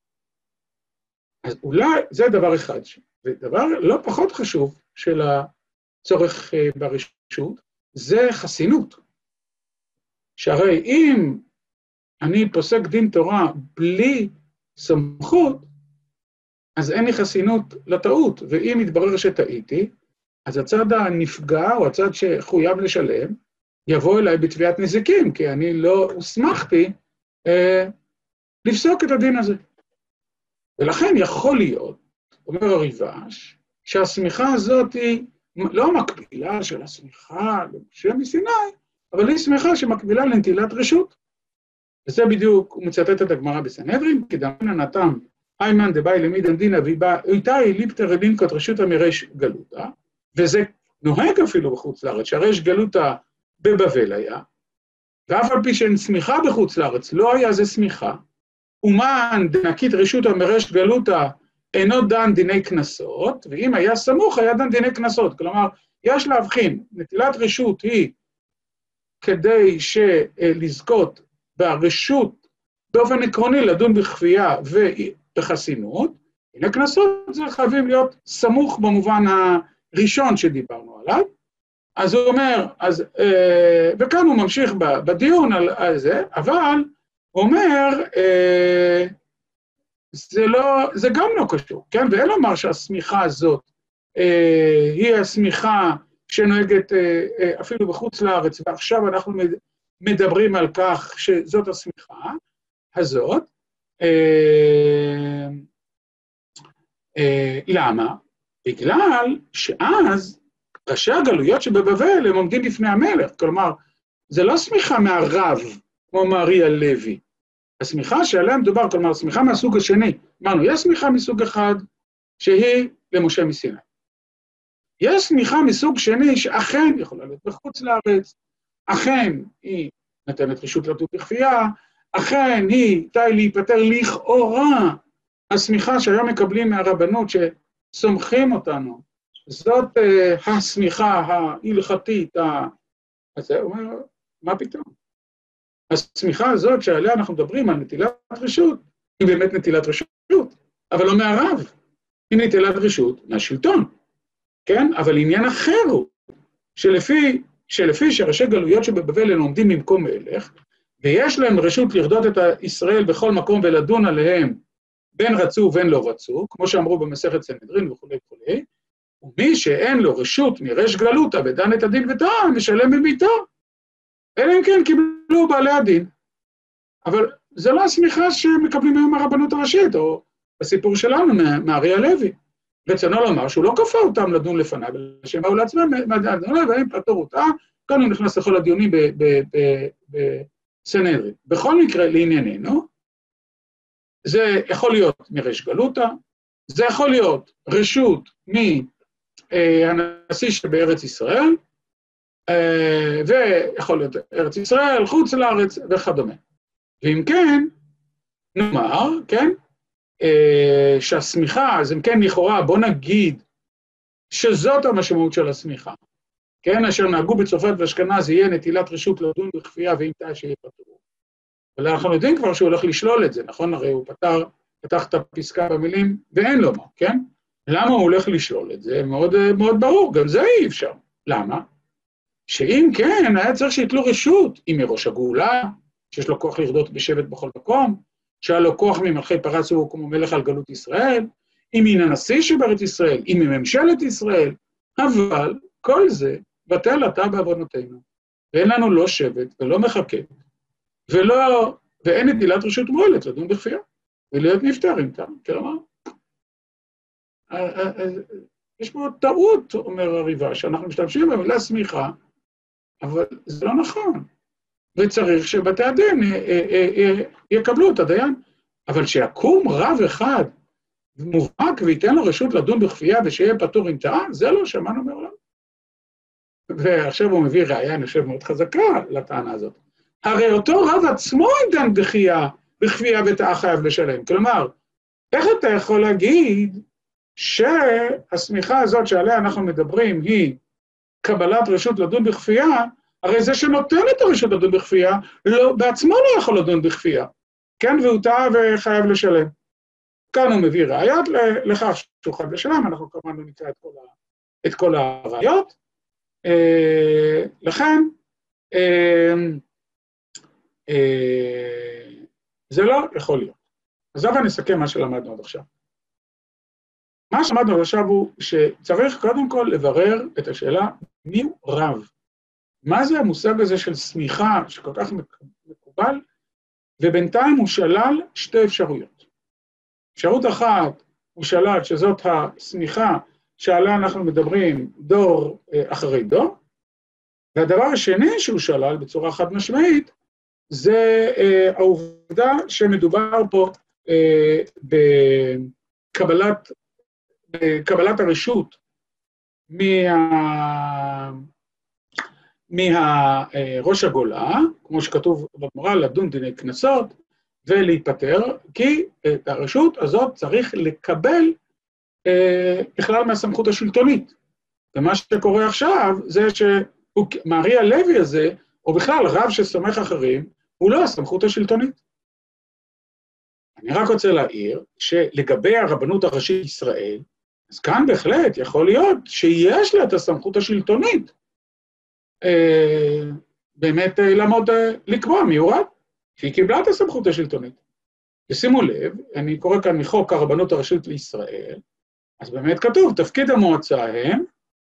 אז אולי זה דבר אחד. ודבר לא פחות חשוב של הצורך ברשות, זה חסינות. שהרי אם אני פוסק דין תורה בלי סמכות, אז אין לי חסינות לטעות, ואם יתברר שטעיתי, אז הצד הנפגע, או הצד שחויב לשלם, יבוא אליי בתביעת נזיקים, כי אני לא הוסמכתי לפסוק את הדין הזה. ולכן יכול להיות, אומר הריב"ש, שהסמיכה הזאת היא לא מקבילה של הסמיכה למשה מסיני, אבל היא סמיכה שמקבילה לנטילת רשות. וזה בדיוק, הוא מצטט את הגמרא בסנהדרין, כי דמינן נתם, איימן דבאי למידן דינא ואיתה ליפטר לינקות רשותא מריש גלותא, וזה נוהג אפילו בחוץ לארץ, שהריש גלותא בבבל היה, ואף על פי שאין סמיכה בחוץ לארץ, לא היה זה סמיכה, אומן דנקית רשותא מריש גלותא אינו דן דיני כנסות, ואם היה סמוך היה דן דיני כנסות. כלומר, יש להבחין, נטילת רשות היא כדי לזכות ברשות באופן עקרוני לדון בכפייה ובחסינות, דיני כנסות זה חייבים להיות סמוך במובן הראשון שדיברנו עליו, אז הוא אומר, וכאן הוא ממשיך בדיון על זה, אבל הוא אומר, זה גם לא קשור, כן? ואין לומר שהסמיכה הזאת היא הסמיכה שנוהגת אפילו בחוץ לארץ, ועכשיו אנחנו מדברים על כך שזאת הסמיכה הזאת. למה? בגלל שאז ראשי הגלויות שבבבל הם עומדים לפני המלך, כלומר, זה לא סמיכה מהרב, כמו מארי הלוי. הסמיכה שעליה מדובר, כלומר, הסמיכה מהסוג השני. אמרנו, יש סמיכה מסוג אחד שהיא למשה מסיני. יש סמיכה מסוג שני שאכן יכולה להיות בחוץ לארץ, אכן היא נתנת רשות לדון בכפייה, אכן היא די להיפטר לכאורה הסמיכה שהיום מקבלים מהרבנות שסומכים אותנו. זאת הסמיכה ההלכתית, אז זה אומר, מה פתאום? הסמיכה הזאת שעליה אנחנו מדברים על נטילת רשות, היא באמת נטילת רשות, אבל לא מהרב, היא נטילת רשות מהשלטון, כן? אבל עניין אחר הוא, שלפי שראשי גלויות שבבבל הם עומדים במקום מלך, ויש להם רשות לרדות את ישראל בכל מקום ולדון עליהם, בין רצו ובין לא רצו, כמו שאמרו במסכת סנהדרין וכו' וכו', ומי שאין לו רשות מרש גלותא ודן את הדין וטעם, משלם בביתו. אלא אם כן קיבלו בעלי הדין. אבל זה לא הסמיכה שמקבלים היום מהרבנות הראשית, או בסיפור שלנו, מארי הלוי. רצונו לומר שהוא לא כפה אותם לדון לפניו, שהם באו לעצמם, והם פטור אותה, כאן הוא נכנס לכל הדיונים בסנהדרין. בכל מקרה, לענייננו, זה יכול להיות מרש גלותא, זה יכול להיות רשות מהנשיא שבארץ ישראל, ויכול להיות ארץ ישראל, חוץ לארץ וכדומה. ואם כן, נאמר, כן, שהסמיכה, אז אם כן לכאורה, בוא נגיד שזאת המשמעות של הסמיכה, כן, אשר נהגו בצרפת ואשכנז יהיה נטילת רשות לדון בכפייה ואם תהיה שיהיה פטור. אבל אנחנו יודעים כבר שהוא הולך לשלול את זה, נכון? הרי הוא פתח את הפסקה במילים ואין לו מה, כן? למה הוא הולך לשלול את זה? מאוד, מאוד ברור, גם זה אי אפשר. למה? שאם כן, היה צריך שיתלו רשות, אם מראש הגאולה, שיש לו כוח לרדות בשבט בכל מקום, שהיה לו כוח ממלכי פרס הוא כמו מלך על גלות ישראל, אם מן הנשיא שבארץ ישראל, אם מממשלת ישראל, אבל כל זה בטל עתה בעוונותינו, ואין לנו לא שבט ולא מחכה, ואין נטילת רשות מועלת לדון בכפייה, ולהיות נפטרים כאן, כלומר. יש פה טעות, אומר הריבה, שאנחנו משתמשים במילה סמיכה, אבל זה לא נכון. וצריך שבתי הדין יקבלו את הדיין. אבל שיקום רב אחד מובהק וייתן לו רשות לדון בכפייה ושיהיה פטור עם טעה, זה לא שמענו מעולם. ועכשיו הוא מביא ראיה, אני חושב, מאוד חזקה לטענה הזאת. הרי אותו רב עצמו דן בכפייה וטעה חייב לשלם. כלומר, איך אתה יכול להגיד שהסמיכה הזאת שעליה אנחנו מדברים היא קבלת רשות לדון בכפייה, הרי זה שנותן את הרשות לדון בכפייה, בעצמו לא יכול לדון בכפייה, כן? והוא טעה וחייב לשלם. כאן הוא מביא ראיות לכך שהוא חייב לשלם, אנחנו כמובן לא נקרא את כל הראיות. לכן, זה לא יכול להיות. אז אבל נסכם מה שלמדנו עד עכשיו. מה שלמדנו עד עכשיו הוא שצריך קודם כל לברר את השאלה מי הוא רב. מה זה המושג הזה של סמיכה שכל כך מקובל, ובינתיים הוא שלל שתי אפשרויות. אפשרות אחת הוא שלל שזאת הסמיכה שעליה אנחנו מדברים דור אחרי דור, והדבר השני שהוא שלל בצורה חד משמעית, זה העובדה שמדובר פה בקבלת הרשות מהראש הגולה, כמו שכתוב בגמרא, לדון דיני קנסות ולהיפטר, כי את הרשות הזאת צריך לקבל בכלל מהסמכות השלטונית. ומה שקורה עכשיו זה שמארי הלוי הזה, או בכלל רב שסומך אחרים, הוא לא הסמכות השלטונית. אני רק רוצה להעיר שלגבי הרבנות הראשית ישראל, אז כאן בהחלט יכול להיות שיש לה את הסמכות השלטונית, באמת לעמוד, לקבוע מי הוא רב, שהיא קיבלה את הסמכות השלטונית. ושימו לב, אני קורא כאן מחוק הרבנות הראשית לישראל, אז באמת כתוב, תפקיד המועצה הם,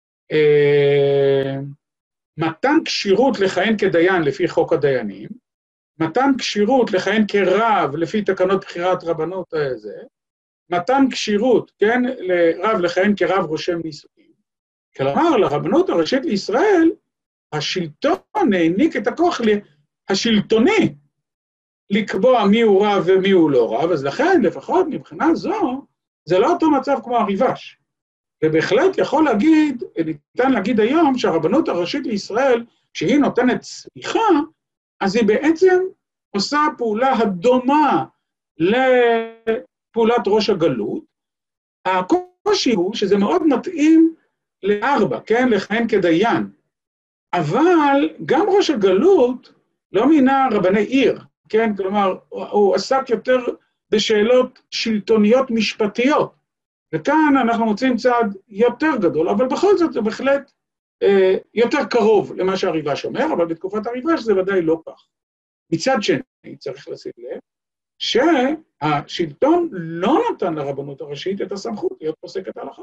מתן כשירות לכהן כדיין לפי חוק הדיינים, מתן כשירות לכהן כרב לפי תקנות בחירת רבנות הזה, מתן כשירות, כן, לרב לכהן כרב רושם נישואין. כלומר, לרבנות הראשית לישראל, השלטון העניק את הכוח השלטוני לקבוע מי הוא רב ומי הוא לא רב, אז לכן, לפחות מבחינה זו, זה לא אותו מצב כמו הריבש. ובהחלט יכול להגיד, ניתן להגיד היום שהרבנות הראשית לישראל, שהיא נותנת סמיכה, אז היא בעצם עושה פעולה הדומה לפעולת ראש הגלות. הקושי הוא שזה מאוד מתאים לארבע, כן? לכהן כדיין. אבל גם ראש הגלות לא מינה רבני עיר, כן? כלומר, הוא עסק יותר בשאלות שלטוניות משפטיות. וכאן אנחנו מוצאים צעד יותר גדול, אבל בכל זאת זה בהחלט יותר קרוב למה שהריבש אומר, אבל בתקופת הריבש זה ודאי לא כך. מצד שני, צריך לשים לב, שהשלטון לא נתן לרבנות הראשית את הסמכות להיות פוסקת הלכה.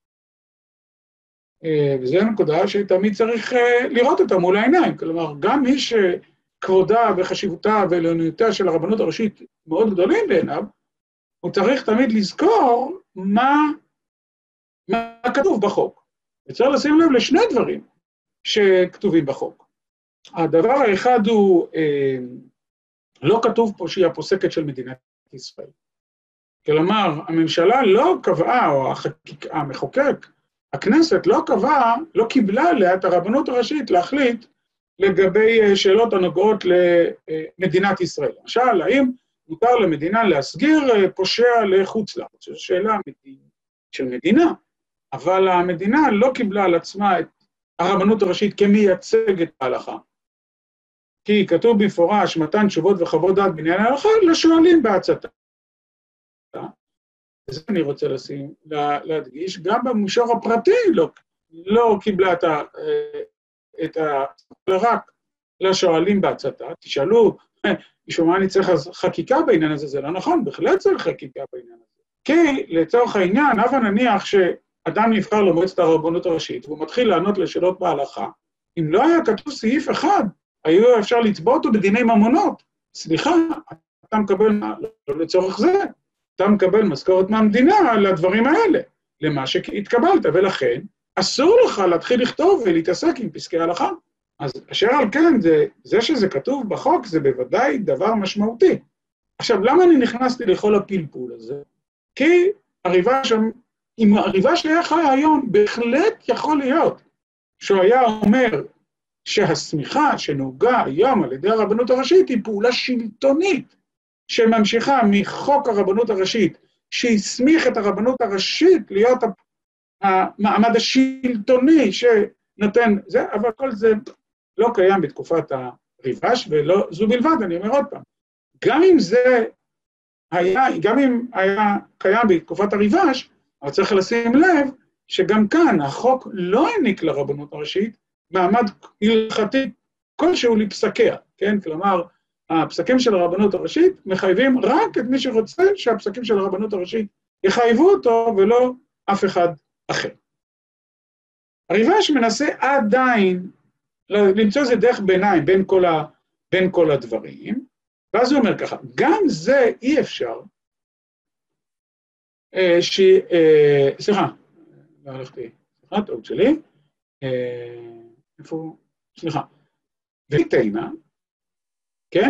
וזו הנקודה שתמיד צריך לראות אותה מול העיניים. כלומר, גם מי שכבודה וחשיבותה ועליונותה של הרבנות הראשית מאוד גדולים בעיניו, הוא צריך תמיד לזכור מה כתוב בחוק. וצריך לשים לב לשני דברים שכתובים בחוק. הדבר האחד הוא, לא כתוב פה שהיא הפוסקת של מדינת ישראל. כלומר, הממשלה לא קבעה, או המחוקק, הכנסת לא קבעה, לא קיבלה לה את הרבנות הראשית להחליט לגבי שאלות הנוגעות למדינת ישראל. למשל, האם מותר למדינה להסגיר פושע לחוץ לארץ? זו שאלה של מדינה, אבל המדינה לא קיבלה על עצמה את הרבנות הראשית כמייצגת ההלכה. כי כתוב במפורש מתן תשובות וחוות דעת בעניין ההלכה לשואלים בעצתה. זה אני רוצה להדגיש, גם במישור הפרטי לא קיבלה רק לשואלים בעצתה. תשאלו, משום מה אני צריך חקיקה בעניין הזה? זה לא נכון, בהחלט צריך חקיקה בעניין הזה. כי לצורך העניין, הבה נניח שאדם נבחר למועצת הרבנות הראשית, והוא מתחיל לענות לשאלות בהלכה, אם לא היה כתוב סעיף אחד, היו אפשר לתבוע אותו בדיני ממונות. סליחה, אתה מקבל, לא לצורך זה, אתה מקבל משכורת מהמדינה לדברים האלה, למה שהתקבלת, ולכן אסור לך להתחיל לכתוב ולהתעסק עם פסקי הלכה. אז אשר על כן, זה שזה כתוב בחוק, זה בוודאי דבר משמעותי. עכשיו, למה אני נכנסתי לכל הפלפול הזה? כי אם הריבש היה חי היום, בהחלט יכול להיות שהוא היה אומר שהסמיכה שנהוגה היום על ידי הרבנות הראשית היא פעולה שלטונית, שממשיכה מחוק הרבנות הראשית, שהסמיך את הרבנות הראשית להיות המעמד השלטוני שנותן זה, אבל כל זה לא קיים בתקופת הריבש, ולא זו בלבד, אני אומר עוד פעם. גם אם היה קיים בתקופת הריבש, אבל צריך לשים לב שגם כאן החוק לא העניק לרבנות הראשית מעמד הלכתי כלשהו לפסקיה, כן? כלומר, הפסקים של הרבנות הראשית מחייבים רק את מי שרוצה שהפסקים של הרבנות הראשית יחייבו אותו ולא אף אחד אחר. הריבש מנסה עדיין למצוא איזה דרך ביניים בין כל הדברים, ואז הוא אומר ככה, גם זה אי אפשר, סליחה, לא הלכתי, סליחה, טעות שלי, איפה, סליחה, ותינה, כן?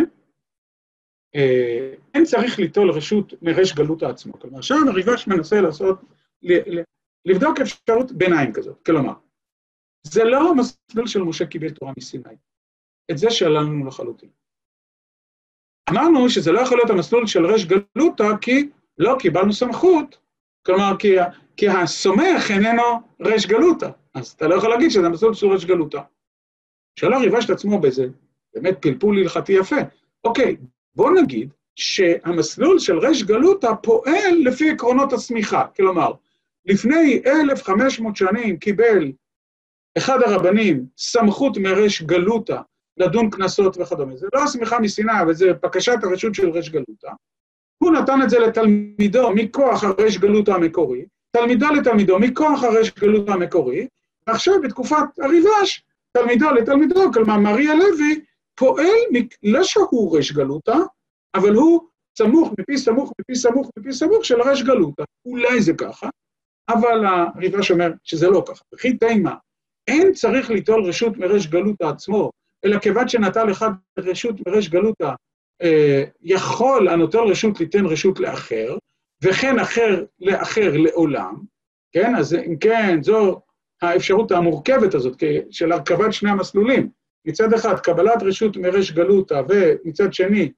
אין צריך ליטול רשות מרש גלות העצמו. כלומר, שם הריבש מנסה לעשות, לבדוק אפשרות ביניים כזאת. כלומר, זה לא המסלול של משה קיבל תורה מסיני. את זה שללנו לחלוטין. אמרנו שזה לא יכול להיות המסלול של רש גלותה, כי לא קיבלנו סמכות, כלומר, כי הסומך איננו רש גלותה. אז אתה לא יכול להגיד שזה המסלול של רש גלותה. שלא ריבש את עצמו בזה, באמת פלפול הלכתי יפה. אוקיי, בוא נגיד שהמסלול של רש גלותה פועל לפי עקרונות הסמיכה. כלומר, לפני 1500 שנים קיבל אחד הרבנים סמכות מריש גלותא לדון כנסות וכדומה. זה לא הסמיכה מסיני, אבל זה בקשת הרשות של ריש גלותא. הוא נתן את זה לתלמידו מכוח הריש גלותא המקורי, תלמידו לתלמידו מכוח הריש גלותא המקורי, ועכשיו בתקופת הריב"ש, תלמידו לתלמידו, כלומר מרי הלוי פועל, לא שהוא ריש גלותא, אבל הוא סמוך מפי סמוך מפי סמוך מפי סמוך של ריש גלותא. אולי זה ככה, אבל הריב"ש אומר שזה לא ככה. וכי תימא, אין צריך ליטול רשות מריש גלותא עצמו, אלא כיוון שנטל אחד רשות מריש גלותא, יכול הנוטל רשות ליתן רשות לאחר, וכן אחר לאחר לעולם, כן? אז אם כן, זו האפשרות המורכבת הזאת, של הרכבת שני המסלולים. מצד אחד, קבלת רשות מריש גלותא, ומצד שני,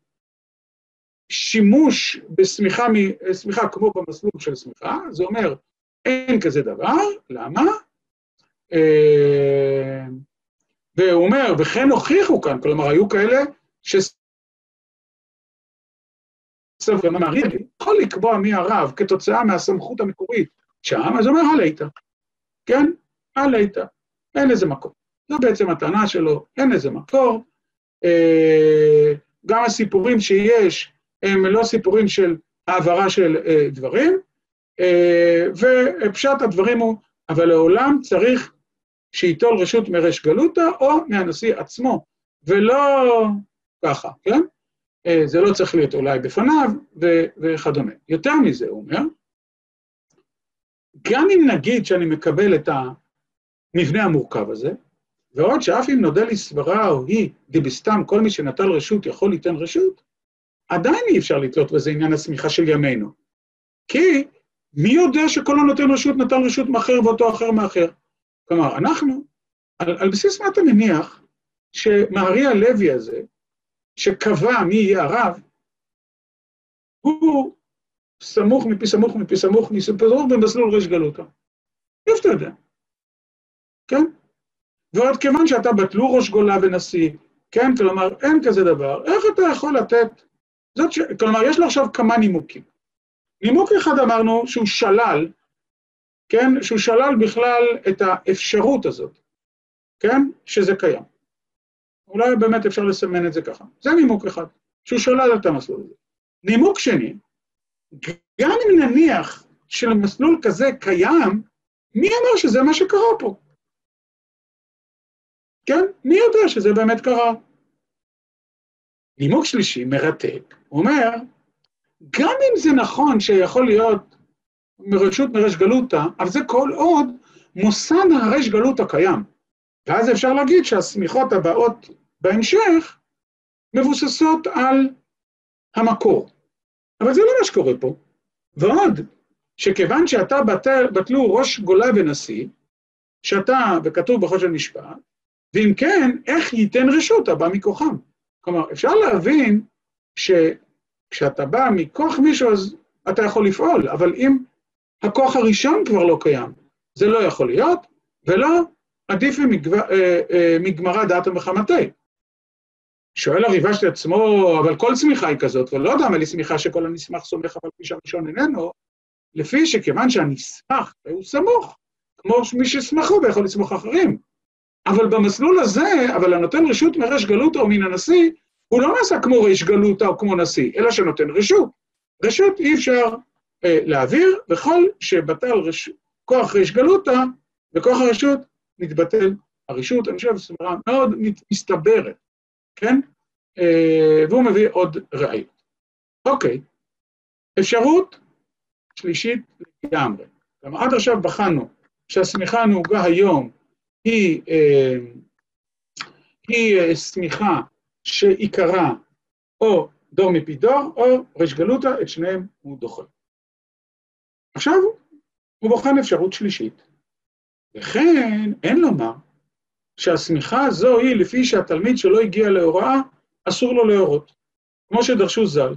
שימוש בסמיכה כמו במסלול של סמיכה, זה אומר, אין כזה דבר, למה? והוא אומר, וכן הוכיחו כאן, כלומר, היו כאלה סוף ומאמרי, יכול לקבוע מי הרב כתוצאה מהסמכות המקורית שם, אז הוא אומר, הלייתא, כן? הלייתא, אין איזה מקום. זו בעצם הטענה שלו, אין איזה מקור. גם הסיפורים שיש, הם לא סיפורים של העברה של דברים, ופשט הדברים הוא, אבל לעולם צריך שיטול רשות מריש גלותא או מהנשיא עצמו, ולא ככה, כן? זה לא צריך להיות אולי בפניו וכדומה. יותר מזה, הוא אומר, גם אם נגיד שאני מקבל את המבנה המורכב הזה, ועוד שאף אם נודע לי סברה או היא דבסתם, כל מי שנטל רשות יכול ליתן רשות, עדיין אי אפשר לתלות בזה עניין הסמיכה של ימינו. כי מי יודע שכל הנותן רשות נתן רשות מאחר ואותו אחר מאחר? כלומר, אנחנו, על בסיס מה אתה מניח שמארי הלוי הזה, שקבע מי יהיה הרב, הוא סמוך מפי סמוך מפי סמוך מפי סמוך במסלול ריש גלותא. איפה אתה יודע? כן? ועוד כיוון שאתה בטלו ראש גולה ונשיא, כן? כלומר, אין כזה דבר. איך אתה יכול לתת? כלומר, יש לו עכשיו כמה נימוקים. נימוק אחד אמרנו שהוא שלל, כן? שהוא שלל בכלל את האפשרות הזאת, כן? שזה קיים. אולי באמת אפשר לסמן את זה ככה. זה נימוק אחד, שהוא שלל את המסלול הזה. נימוק שני, גם אם נניח שלמסלול כזה קיים, מי אמר שזה מה שקרה פה? כן? מי יודע שזה באמת קרה? נימוק שלישי, מרתק, הוא אומר, גם אם זה נכון שיכול להיות מרשות מריש גלותא, אבל זה כל עוד מוסד הריש גלותא קיים. ואז אפשר להגיד שהסמיכות הבאות בהמשך מבוססות על המקור. אבל זה לא מה שקורה פה. ועוד, שכיוון שאתה בטלו ראש גולה ונשיא, שאתה, וכתוב בחוק של משפט, ואם כן, איך ייתן רשות הבא מכוחם? כלומר, אפשר להבין שכשאתה בא מכוח מישהו, אז אתה יכול לפעול, אבל אם הכוח הראשון כבר לא קיים, זה לא יכול להיות, ולא עדיף מגמרא דעתא מחמתי. שואל הריב"ש לעצמו, אבל כל סמיכה היא כזאת, ולא יודע מה לי סמיכה שכל הנסמך סומך, אבל מי שהראשון איננו, לפי שכיוון שהנסמך הוא סמוך, כמו מי שסמכו ויכול לסמוך אחרים. אבל במסלול הזה, אבל הנותן רשות מריש גלותא או מן הנשיא, הוא לא נעשה כמו ריש גלותא או כמו נשיא, אלא שנותן רשות. רשות אי אפשר להעביר, וכל שבטל כוח ריש גלותא, וכוח הרשות מתבטל הרשות. אני חושב סברה מאוד מסתברת, כן? והוא מביא עוד ראיות. אוקיי, אפשרות שלישית לגמרי. גם עד עכשיו בחנו שהסמיכה הנהוגה היום היא סמיכה שעיקרה או דור מפי דור, או ריש גלותא, את שניהם הוא דוחה. עכשיו הוא בוחן אפשרות שלישית, וכן אין לומר שהסמיכה הזו היא לפי שהתלמיד שלא הגיע להוראה, אסור לו להורות, כמו שדרשו ז"ל.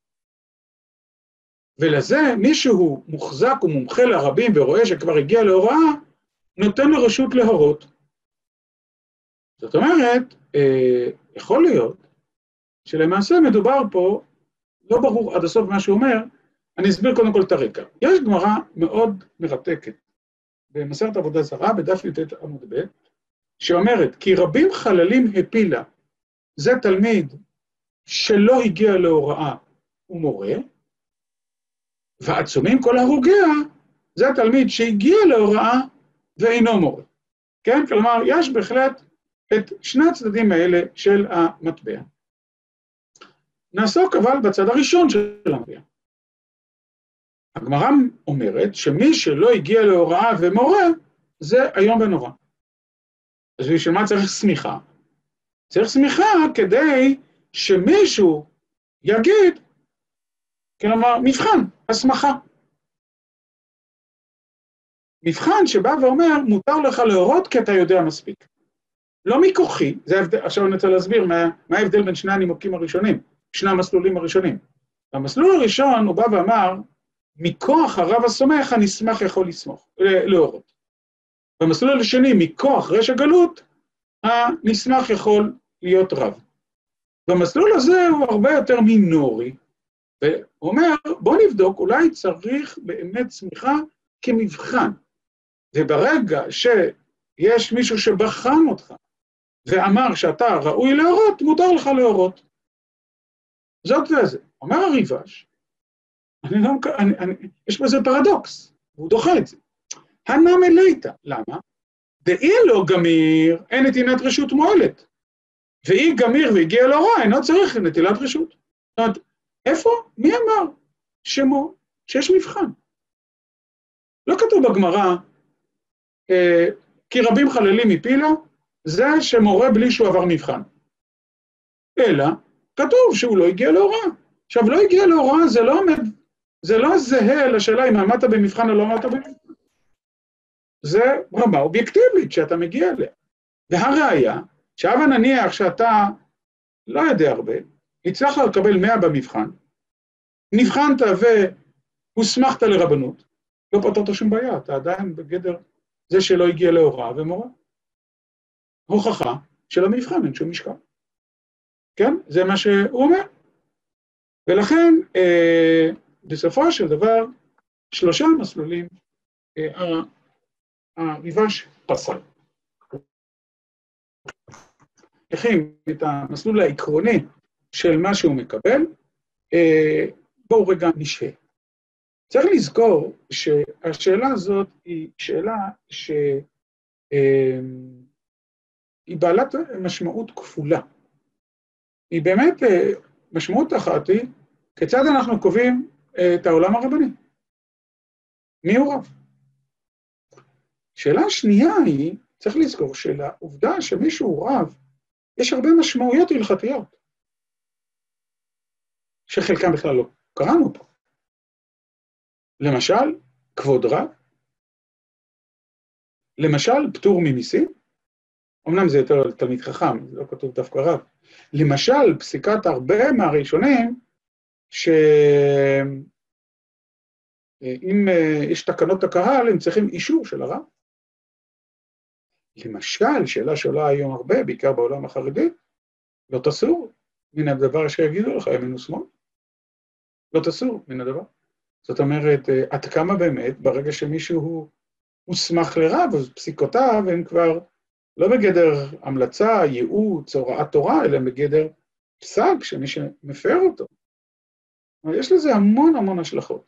ולזה מישהו מוחזק ומומחה לרבים ורואה שכבר הגיע להוראה, נותן לו רשות להורות. זאת אומרת, יכול להיות שלמעשה מדובר פה, לא ברור עד הסוף מה שהוא אומר, אני אסביר קודם כל את הרקע. יש גמרא מאוד מרתקת, במסכת עבודה זרה, בדף י"ט עמוד ב', שאומרת, כי רבים חללים הפילה, זה תלמיד שלא הגיע להוראה ומורה, ועצומים כל הרוגע, זה תלמיד שהגיע להוראה ואינו מורה. כן? כלומר, יש בהחלט את שני הצדדים האלה של המטבע. נעסוק אבל בצד הראשון של המטבע. הגמרא אומרת שמי שלא הגיע להוראה ומורה, זה איום ונורא. אז בשביל מה צריך סמיכה? צריך סמיכה כדי שמישהו יגיד, כלומר, מבחן, הסמכה. מבחן שבא ואומר, מותר לך להורות כי אתה יודע מספיק. לא מכוחי, זה ההבדל, עכשיו אני רוצה להסביר מה ההבדל בין שני הנימוקים הראשונים, שני המסלולים הראשונים. במסלול הראשון הוא בא ואמר, מכוח הרב הסומך הנסמך יכול להורות. במסלול השני, מכוח רשע גלות, הנסמך יכול להיות רב. במסלול הזה הוא הרבה יותר מינורי, והוא אומר, בוא נבדוק, אולי צריך באמת סמיכה כמבחן. וברגע שיש מישהו שבחן אותך, ואמר שאתה ראוי להורות, מותר לך להורות. זאת וזה. אומר הריב"ש, יש בזה פרדוקס, והוא דוחה את זה. הנמי ליתא, למה? דאי לא גמיר, אין נתינת רשות מועלת. ואי גמיר והגיע להוראה, אינו צריך נטילת רשות. זאת אומרת, איפה? מי אמר? שיש מבחן. לא כתוב בגמרא, כי רבים חללים הפילה, זה שמורה בלי שהוא עבר מבחן. אלא, כתוב שהוא לא הגיע להוראה. עכשיו, לא הגיע להוראה, זה לא זהה לשאלה אם עמדת במבחן או לא עמדת במבחן. זה רמה אובייקטיבית שאתה מגיע אליה. והראיה, שהבה נניח שאתה לא יודע הרבה, הצלחת לקבל 100 במבחן, נבחנת והוסמכת לרבנות, לא פתרת שום בעיה, אתה עדיין בגדר זה שלא הגיע להוראה ומורה. הוכחה של המבחן, אין שום משקל. כן? זה מה שהוא אומר. ולכן, בסופו של דבר, 3 מסלולים, הריב"ש פסל. הכין את המסלול העקרוני של מה שהוא מקבל, בואו רגע נשווה. צריך לזכור שהשאלה הזאת היא שאלה שהיא בעלת משמעות כפולה. היא באמת, משמעות אחת היא, כיצד אנחנו קובעים את העולם הרבני? מי הוא רב? שאלה שנייה היא, צריך לזכור שלעובדה שמישהו רב, יש הרבה משמעויות הלכתיות, שחלקם בכלל לא קראנו פה. למשל, כבוד רב, למשל, פטור ממיסים, אמנם זה יותר תלמיד חכם, זה לא כתוב דווקא רב, למשל, פסיקת הרבה מהראשונים, שאם יש תקנות הקהל, הם צריכים אישור של הרב. למשל, שאלה שעולה היום הרבה, בעיקר בעולם החרדי, לא תסור מן הדבר שיגידו לך, ימין ושמאל. לא תסור מן הדבר. זאת אומרת, עד כמה באמת, ברגע שמישהו מוסמך לרב, אז פסיקותיו הן כבר לא בגדר המלצה, ייעוץ, הוראת תורה, אלא בגדר פסק שמי שמפר אותו. אבל יש לזה המון המון השלכות.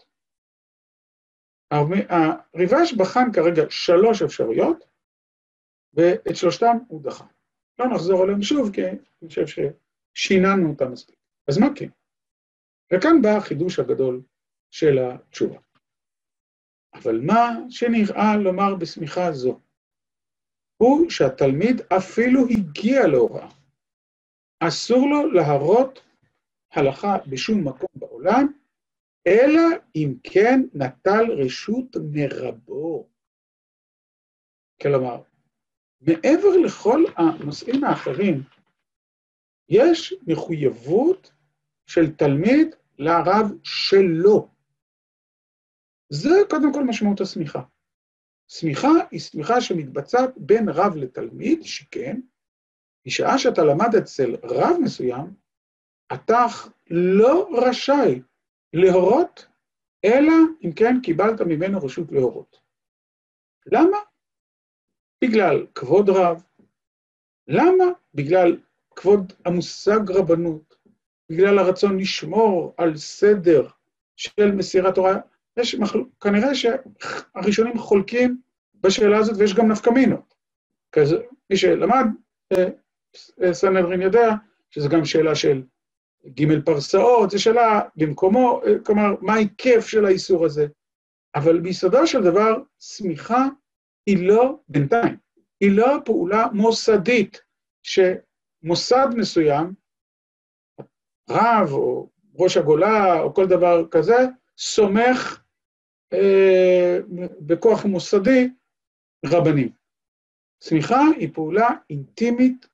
הריב"ש בחן כרגע 3 אפשרויות, ואת 3 הוא דחה. לא נחזור עליהם שוב, כי אני חושב ששיננו אותם מספיק. אז מה כן? וכאן בא החידוש הגדול של התשובה. אבל מה שנראה לומר בסמיכה זו, הוא שהתלמיד אפילו הגיע להוראה. אסור לו להראות הלכה בשום מקום בעולם, אלא אם כן נטל רשות מרבו. כלומר, מעבר לכל הנושאים האחרים, יש מחויבות של תלמיד לרב שלו. זה קודם כל משמעות הסמיכה. סמיכה היא סמיכה שמתבצעת בין רב לתלמיד, שכן, בשעה שאתה למד אצל רב מסוים, אתה לא רשאי להורות, אלא אם כן קיבלת ממנו רשות להורות. למה? בגלל כבוד רב, למה? בגלל כבוד המושג רבנות, בגלל הרצון לשמור על סדר של מסירת תורה. כנראה שהראשונים חולקים בשאלה הזאת, ויש גם נפקמינות. מי שלמד, סנהדרין יודע, שזו גם שאלה של ג' פרסאות, זו שאלה במקומו, כלומר, מה ההיקף של האיסור הזה. אבל ביסודו של דבר, סמיכה היא לא בינתיים, היא לא פעולה מוסדית, שמוסד מסוים, רב או ראש הגולה או כל דבר כזה, סומך בכוח מוסדי רבנים. סמיכה היא פעולה אינטימית,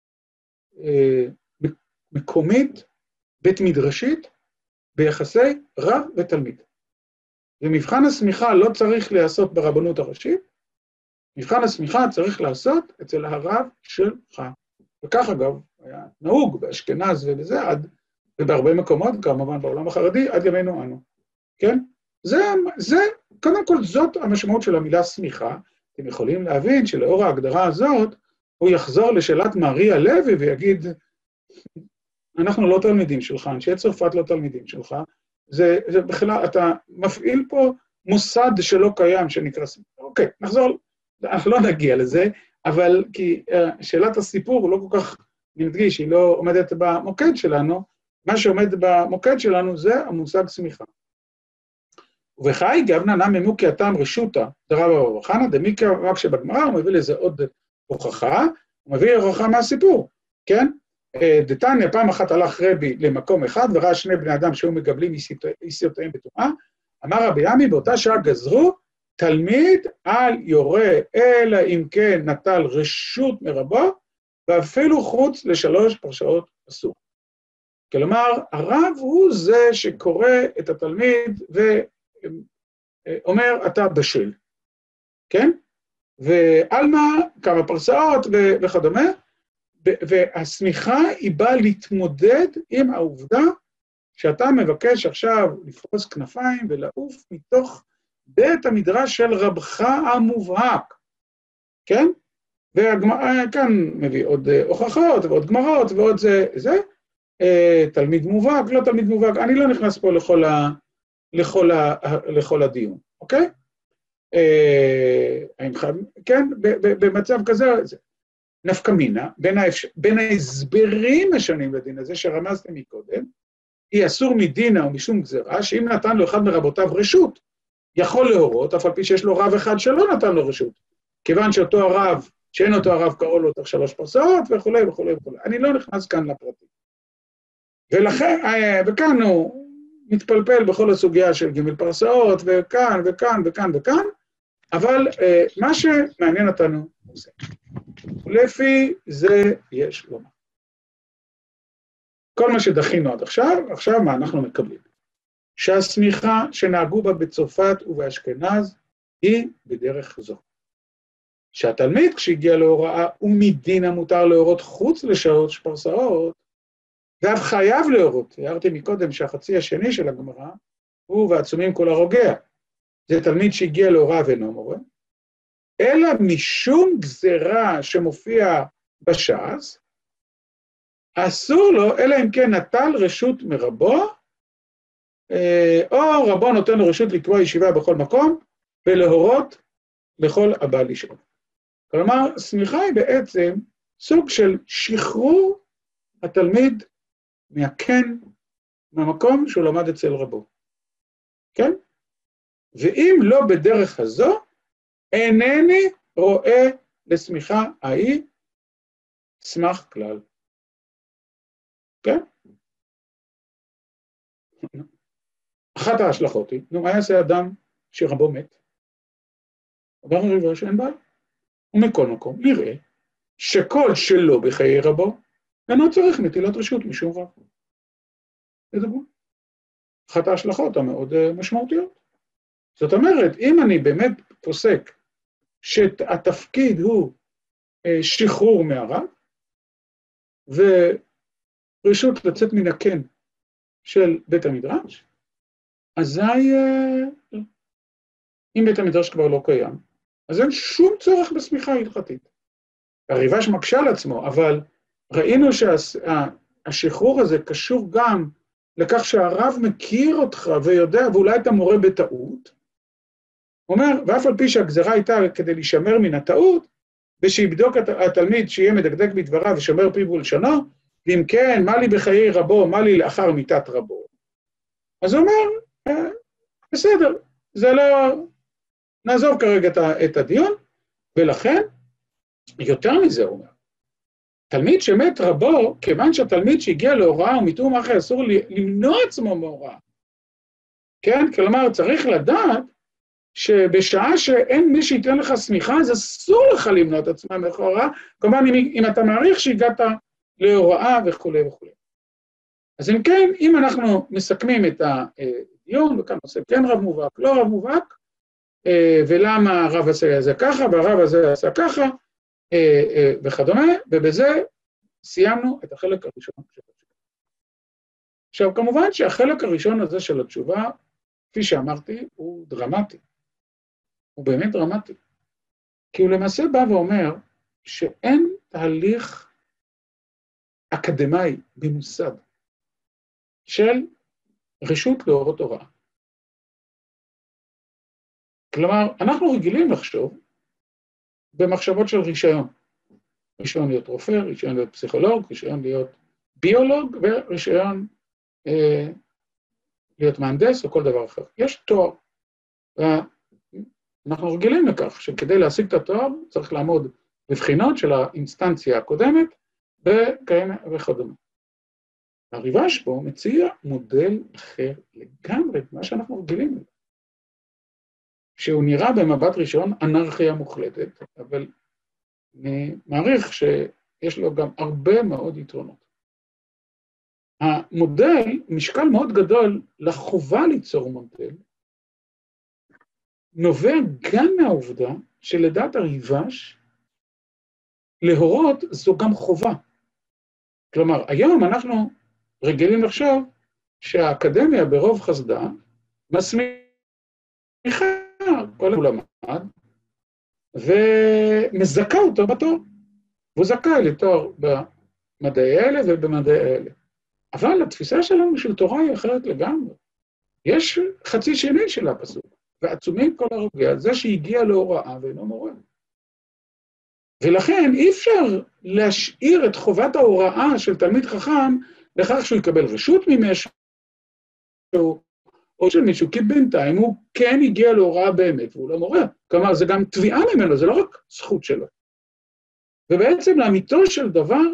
מקומית, בית מדרשית, ביחסי רב ותלמיד. ומבחן הסמיכה לא צריך להיעשות ברבנות הראשית, מבחן הסמיכה צריך לעשות אצל הרב שלך. וכך אגב, היה נהוג באשכנז ובזה ובהרבה מקומות, כמובן בעולם החרדי, עד ימינו אנו. כן? זה, קודם כל זאת המשמעות של המילה סמיכה. אתם יכולים להבין שלאור ההגדרה הזאת, הוא יחזור לשאלת מריה לוי ויגיד, אנחנו לא תלמידים שלך, אנשי צרפת לא תלמידים שלך, זה בכלל, אתה מפעיל פה מוסד שלא קיים שנקרא סמיכה. אוקיי, נחזור, אנחנו לא נגיע לזה, אבל כי שאלת הסיפור הוא לא כל כך, אני מדגיש, היא לא עומדת במוקד שלנו, מה שעומד במוקד שלנו זה המושג סמיכה. ובחי גבנה נא ממוקי הטעם רשותה, דרב אבא חנא, דמיקה רק שבגמרא, הוא מביא לזה עוד הוכחה, הוא מביא הוכחה מהסיפור, כן? דתניא, פעם אחת הלך רבי למקום אחד, וראה שני בני אדם שהיו מגבלים איסיותיהם בטומאה, אמר רבי עמי, באותה שעה גזרו, תלמיד אל יורה, אלא אם כן נטל רשות מרבו, ואפילו חוץ ל3 פרשאות אסור. כלומר, הרב הוא זה שקורא את התלמיד ואומר, אתה בשל, כן? ועלמה, כמה פרסאות וכדומה, והסמיכה היא באה להתמודד עם העובדה שאתה מבקש עכשיו לפרוס כנפיים ולעוף מתוך בית המדרש של רבך המובהק, כן? וכאן מביא עוד הוכחות ועוד גמרות ועוד זה, תלמיד מובהק, לא תלמיד מובהק, אני לא נכנס פה לכל הדיון, אוקיי? כן, במצב כזה, נפקא מינה, בין ההסברים השונים לדין הזה שרמזתם מקודם, היא אסור מדינה או משום גזרה, שאם נתן לו אחד מרבותיו רשות, יכול להורות, אף על פי שיש לו רב אחד שלא נתן לו רשות, כיוון שאותו הרב, שאין אותו הרב קראו לו תוך 3 פרסאות וכו' וכו' וכו'. אני לא נכנס כאן לפרטים. ולכן, וכאן הוא מתפלפל בכל הסוגיה של ג' פרסאות, וכאן וכאן וכאן וכאן, אבל מה שמעניין אותנו הוא זה. לפי זה יש לומר. כל מה שדחינו עד עכשיו מה אנחנו מקבלים? שהסמיכה שנהגו בה בצרפת ובאשכנז היא בדרך זו. שהתלמיד כשהגיע להוראה ומדין המותר להורות חוץ לשעות פרסאות, ואף חייב להורות. הערתי מקודם שהחצי השני של הגמרא הוא ועצומים כל הרוגע. זה תלמיד שהגיע להוראה ואינו מורה, אלא משום גזרה שמופיע בש"ס, אסור לו, אלא אם כן נטל רשות מרבו, או רבו נותן לו רשות לקבוע ישיבה בכל מקום, ולהורות לכל הבא לשאול. כלומר, סמיכה היא בעצם סוג של שחרור התלמיד מהקן, מהמקום שהוא למד אצל רבו. כן? ואם לא בדרך הזו, אינני רואה לסמיכה ההיא סמך כלל. כן? אחת ההשלכות היא, מה יעשה אדם שרבו מת? עבר רבו שאין בעל. ומכל מקום נראה שכל שלא בחיי רבו, אינו צריך נטילת רשות משום רב. איזה בוא? אחת ההשלכות המאוד משמעותיות. זאת אומרת, אם אני באמת פוסק שהתפקיד הוא שחרור מהרב, ורשות לצאת מן הקן של בית המדרש, אזי אם בית המדרש כבר לא קיים, אז אין שום צורך בסמיכה הלכתית. הריב"ש מקשה על עצמו, אבל ראינו שהשחרור הזה קשור גם לכך שהרב מכיר אותך ויודע, ואולי אתה מורה בטעות. הוא אומר, ואף על פי שהגזרה הייתה כדי להישמר מן הטעות, ושיבדוק התלמיד שיהיה מדקדק בדבריו ושומר פיו ולשונו, ואם כן, מה לי בחיי רבו, מה לי לאחר מיתת רבו. אז הוא אומר, בסדר, זה לא... נעזוב כרגע את הדיון, ולכן, יותר מזה הוא אומר, תלמיד שמת רבו, כיוון שהתלמיד שהגיע להוראה ומתאום אחר, אסור למנוע עצמו מהוראה. כן? כלומר, צריך לדעת שבשעה שאין מי שייתן לך סמיכה, אז אסור לך למנוע את עצמך מהוראה, כמובן אם אתה מעריך שהגעת להוראה וכו' וכו'. אז אם כן, אם אנחנו מסכמים את הדיון, וכאן עושה כן רב מובהק, לא רב מובהק, ולמה הרב הזה עשה ככה, והרב הזה עשה ככה, וכדומה, ובזה סיימנו את החלק הראשון של התשובה. עכשיו, כמובן שהחלק הראשון הזה של התשובה, כפי שאמרתי, הוא דרמטי. הוא באמת דרמטי. כי הוא למעשה בא ואומר שאין תהליך אקדמי במוסד של רשות להורות הוראה. כלומר, אנחנו רגילים לחשוב במחשבות של רישיון. רישיון להיות רופא, רישיון להיות פסיכולוג, רישיון להיות ביולוג, ורישיון להיות מהנדס או כל דבר אחר. יש תואר. אנחנו רגילים לכך שכדי להשיג את התואר צריך לעמוד בבחינות של האינסטנציה הקודמת וכדומה. הריב"ש פה מציע מודל אחר לגמרי, מה שאנחנו רגילים. שהוא נראה במבט ראשון אנרכיה מוחלטת, אבל אני מעריך שיש לו גם הרבה מאוד יתרונות. המודל, משקל מאוד גדול לחובה ליצור מודל, נובע גם מהעובדה שלדעת הריב"ש, להורות זו גם חובה. כלומר, היום אנחנו רגילים לחשוב שהאקדמיה ברוב חסדה מסמיכה כל הוא למד, ומזכה אותו בתואר. והוא זכאי לתואר במדעי האלה ובמדעי האלה. אבל התפיסה שלנו של תורה היא אחרת לגמרי. יש חצי שני של הפסוק, ועצומים כל הרוגע, זה שהגיע להוראה ואינו מורה. ולכן אי אפשר להשאיר את חובת ההוראה של תלמיד חכם לכך שהוא יקבל רשות ממשהו, או של מישהו, כי בינתיים הוא כן הגיע להוראה באמת, והוא לא מורה. כלומר, זה גם תביעה ממנו, זה לא רק זכות שלו. ובעצם לאמיתו של דבר,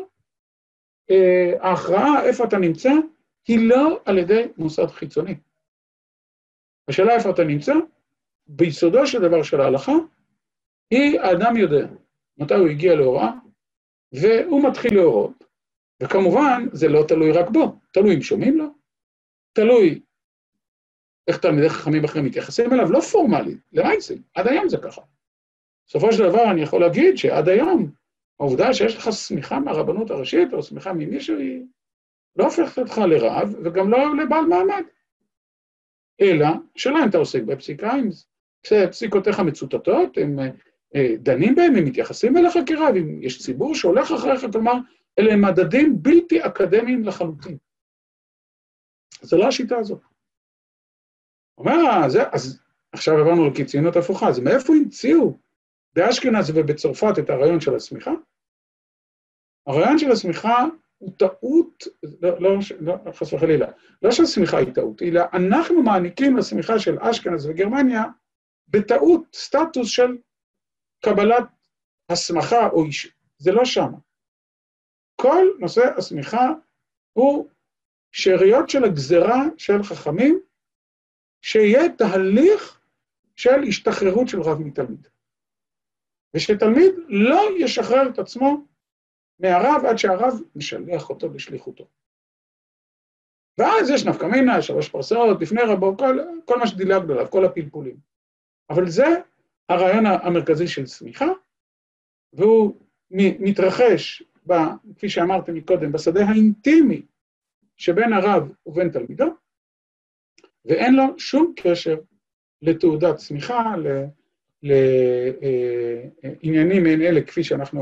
ההכרעה איפה אתה נמצא, היא לא על ידי מוסד חיצוני. השאלה איפה אתה נמצא, ביסודו של דבר של ההלכה, היא האדם יודע מתי הוא הגיע להוראה, והוא מתחיל להורות. וכמובן, זה לא תלוי רק בו, תלוי אם שומעים לו, תלוי איך תלמידי חכמים אחרים מתייחסים אליו, לא פורמלי, למעשה, עד היום זה ככה. בסופו של דבר אני יכול להגיד שעד היום, העובדה שיש לך סמיכה מהרבנות הראשית, או סמיכה ממישהו, היא לא הופכת אותך לרב, וגם לא לבעל מעמד. אלא, שאלה אם אתה עוסק בפסיקה, אם פסיקותיך מצוטטות, הם דנים בהם, הם מתייחסים אליך כרב, אם יש ציבור שהולך אחריך, כלומר, אלה הם מדדים בלתי אקדמיים לחלוטין. זה לא השיטה הזאת. אומר, אז עכשיו עברנו לקיצוניות הפוכה, אז מאיפה המציאו באשכנז ובצרפת את הרעיון של הסמיכה? הרעיון של הסמיכה הוא טעות, לא חס וחלילה, לא שהסמיכה היא טעות, אלא אנחנו מעניקים לסמיכה של אשכנז וגרמניה בטעות סטטוס של קבלת הסמכה או איש, זה לא שם. כל נושא הסמיכה הוא שאריות של הגזרה של חכמים, שיהיה תהליך של השתחררות של רב מתלמיד. ושתלמיד לא ישחרר את עצמו מהרב עד שהרב משלח אותו בשליחותו. ואז יש נפקא מינה, 3 פרסאות, לפני רבו, כל מה שדילגנו עליו, כל הפלפולים. אבל זה הרעיון המרכזי של סמיכה, והוא מתרחש, כפי שאמרתי מקודם, בשדה האינטימי שבין הרב ובין תלמידו, ואין לו שום קשר לתעודת סמיכה, לעניינים מעין אלה, כפי שאנחנו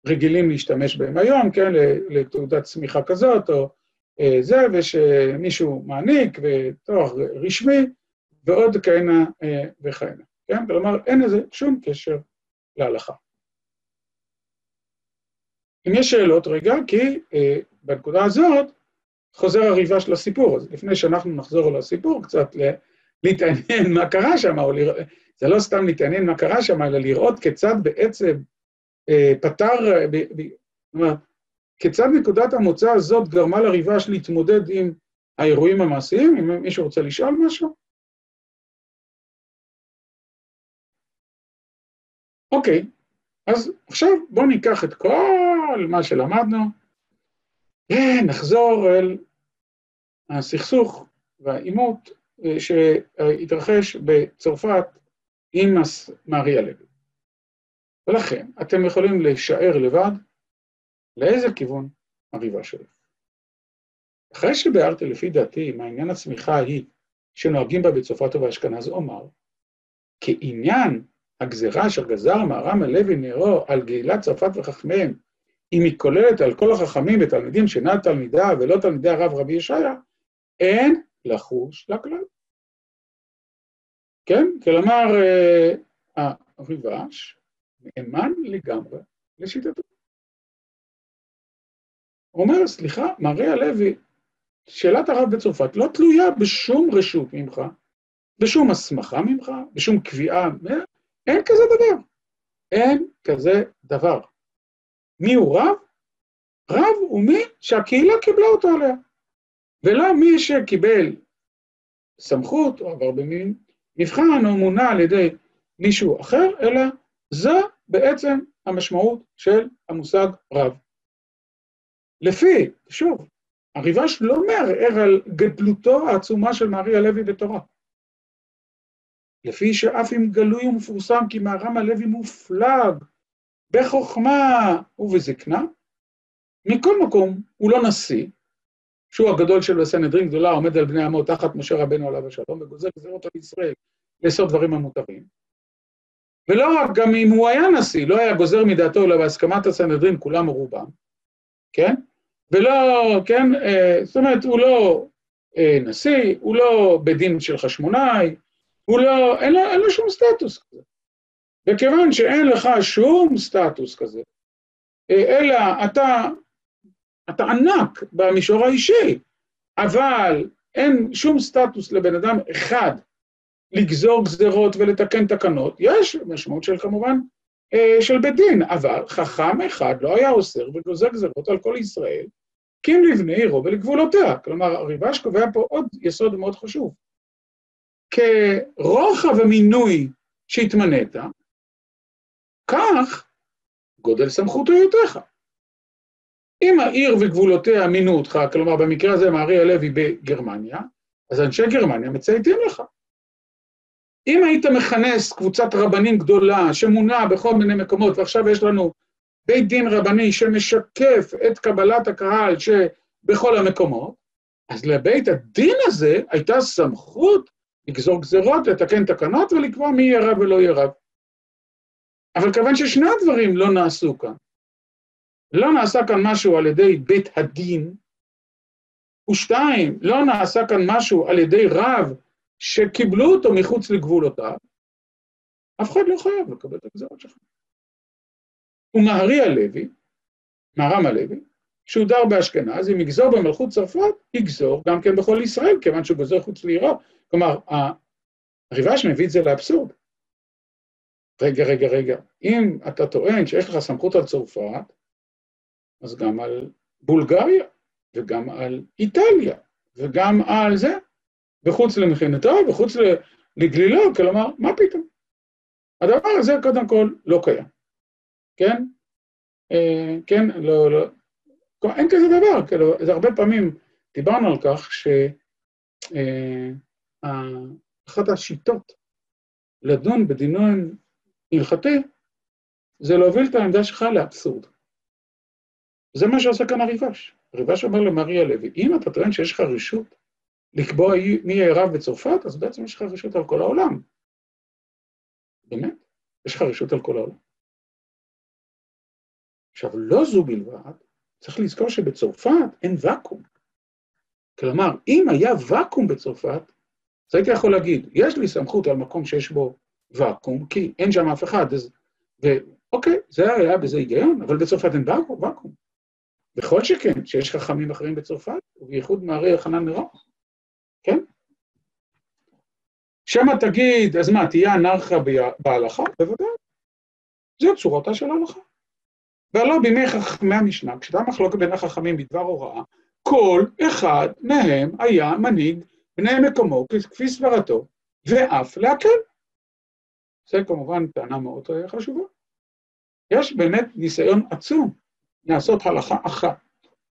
רגילים להשתמש בהם היום, כן, לתעודת צמיחה כזאת, או זה, ושמישהו מעניק, ותואר רשמי, ועוד כהנה וכהנה, כן? כלומר, אין לזה שום קשר להלכה. אם יש שאלות רגע, כי בנקודה הזאת חוזר הריבה של הסיפור, אז לפני שאנחנו נחזור לסיפור, קצת להתעניין מה קרה שם, זה לא סתם להתעניין מה קרה שם, אלא לראות כיצד בעצם פתר, כיצד נקודת המוצא הזאת גרמה לריבש להתמודד עם האירועים המעשיים, אם מישהו רוצה לשאול משהו? אוקיי, אז עכשיו בואו ניקח את כל מה שלמדנו, ונחזור אל הסכסוך והעימות שהתרחש בצרפת עם מארי הלוי. ולכן אתם יכולים לשער לבד לאיזה כיוון הריבה שלו. אחרי שבארתי לפי דעתי מה עניין הצמיחה היא שנוהגים בה בצרפת ובאשכנז אומר, כעניין הגזרה אשר גזר מהר"ם הלוי נרו על גאילת צרפת וחכמיהם, אם היא כוללת על כל החכמים ותלמידים שאינם תלמידה ולא תלמידי הרב רבי ישעיה, אין לחוש לכלל. כן? כלומר, הריבש נאמן לגמרי לשיטתו. הוא אומר, סליחה, מארי הלוי, שאלת הרב בצרפת לא תלויה בשום רשות ממך, בשום הסמכה ממך, בשום קביעה, אין כזה דבר. אין כזה דבר. מי הוא רב? רב הוא מי שהקהילה קיבלה אותו עליה. ולא מי שקיבל סמכות או עבר במבחן או מונה על ידי מישהו אחר, אלא זו בעצם המשמעות של המושג רב. לפי, שוב, הריבש לא מערער על גדלותו העצומה של מארי הלוי בתורה. לפי שאף אם גלוי ומפורסם כי מהר"ם הלוי מופלג בחוכמה ובזקנה, מכל מקום הוא לא נשיא, שהוא הגדול של בסנהדרין גדולה, עומד על בני עמו תחת משה רבנו עליו השלום, וגוזר גזירות על ישראל לעשות דברים המותרים. ולא רק, גם אם הוא היה נשיא, לא היה גוזר מדעתו, אלא בהסכמת הסנהדרין, כולם או רובם, כן? ולא, כן, זאת אומרת, הוא לא נשיא, הוא לא בדין של חשמונאי, הוא לא, אין לו שום סטטוס כזה. וכיוון שאין לך שום סטטוס כזה, אלא אתה ענק במישור האישי, אבל אין שום סטטוס לבן אדם אחד לגזור גזרות ולתקן תקנות, יש משמעות של כמובן של בית דין, אבל חכם אחד לא היה אוסר וגוזר גזרות על כל ישראל, כי אם לבני עירו ולגבולותיה. כלומר, הריבש קובע פה עוד יסוד מאוד חשוב. כרוחב המינוי שהתמנית, כך גודל סמכות היותך. אם העיר וגבולותיה מינו אותך, כלומר במקרה הזה מארי הלוי בגרמניה, אז אנשי גרמניה מצייתים לך. אם היית מכנס קבוצת רבנים גדולה שמונה בכל מיני מקומות, ועכשיו יש לנו בית דין רבני שמשקף את קבלת הקהל שבכל המקומות, אז לבית הדין הזה הייתה סמכות לגזור גזרות, לתקן תקנות ולקבוע מי יהיה רב ולא יהיה רב. אבל כיוון ששני הדברים לא נעשו כאן, לא נעשה כאן משהו על ידי בית הדין, ושתיים, לא נעשה כאן משהו על ידי רב שקיבלו אותו מחוץ לגבולותיו, אף אחד לא חייב לקבל את הגזרות שלך. ומארי הלוי, מהר"ם הלוי, שהוא דר באשכנז, אם יגזור במלכות צרפת, יגזור גם כן בכל ישראל, כיוון שהוא גוזר חוץ לעירו. כלומר, הריבש מביא את זה לאבסורד. רגע, אם אתה טוען שיש לך סמכות על צרפת, אז גם על בולגריה, וגם על איטליה, וגם על זה, וחוץ למכינתו, וחוץ לגלילו, כלומר, מה פתאום? הדבר הזה קודם כל לא קיים. כן? כן, לא. אין כזה דבר, כאילו, זה הרבה פעמים דיברנו על כך שאחת השיטות לדון בדינון הלכתי, זה להוביל את העמדה שלך לאבסורד. זה מה שעושה כאן הריבש. הריבש אומר למארי הלוי, אם אתה טוען שיש לך רשות לקבוע מי יהיה רב בצרפת, אז בעצם יש לך רשות על כל העולם. באמת? יש לך רשות על כל העולם. עכשיו, לא זו בלבד, צריך לזכור שבצרפת אין ואקום. כלומר, אם היה ואקום בצרפת, אז הייתי יכול להגיד, יש לי סמכות על מקום שיש בו ואקום, כי אין שם אף אחד, ואוקיי, זה היה בזה היגיון, אבל בצרפת אין ואקום. בכל שכן, שיש חכמים אחרים בצרפת, ובייחוד מערי חנן מרוח, כן? שמה תגיד, אז מה, תהיה אנרכיה בהלכה? בוודאי. זו צורתה של ההלכה. והלא בימי חכמי המשנה, כשאתה מחלוקת בין החכמים בדבר הוראה, כל אחד מהם היה מנהיג בני מקומו כפי סברתו, ואף להקל. זה כמובן טענה מאוד חשובה. יש באמת ניסיון עצום לעשות הלכה אחת.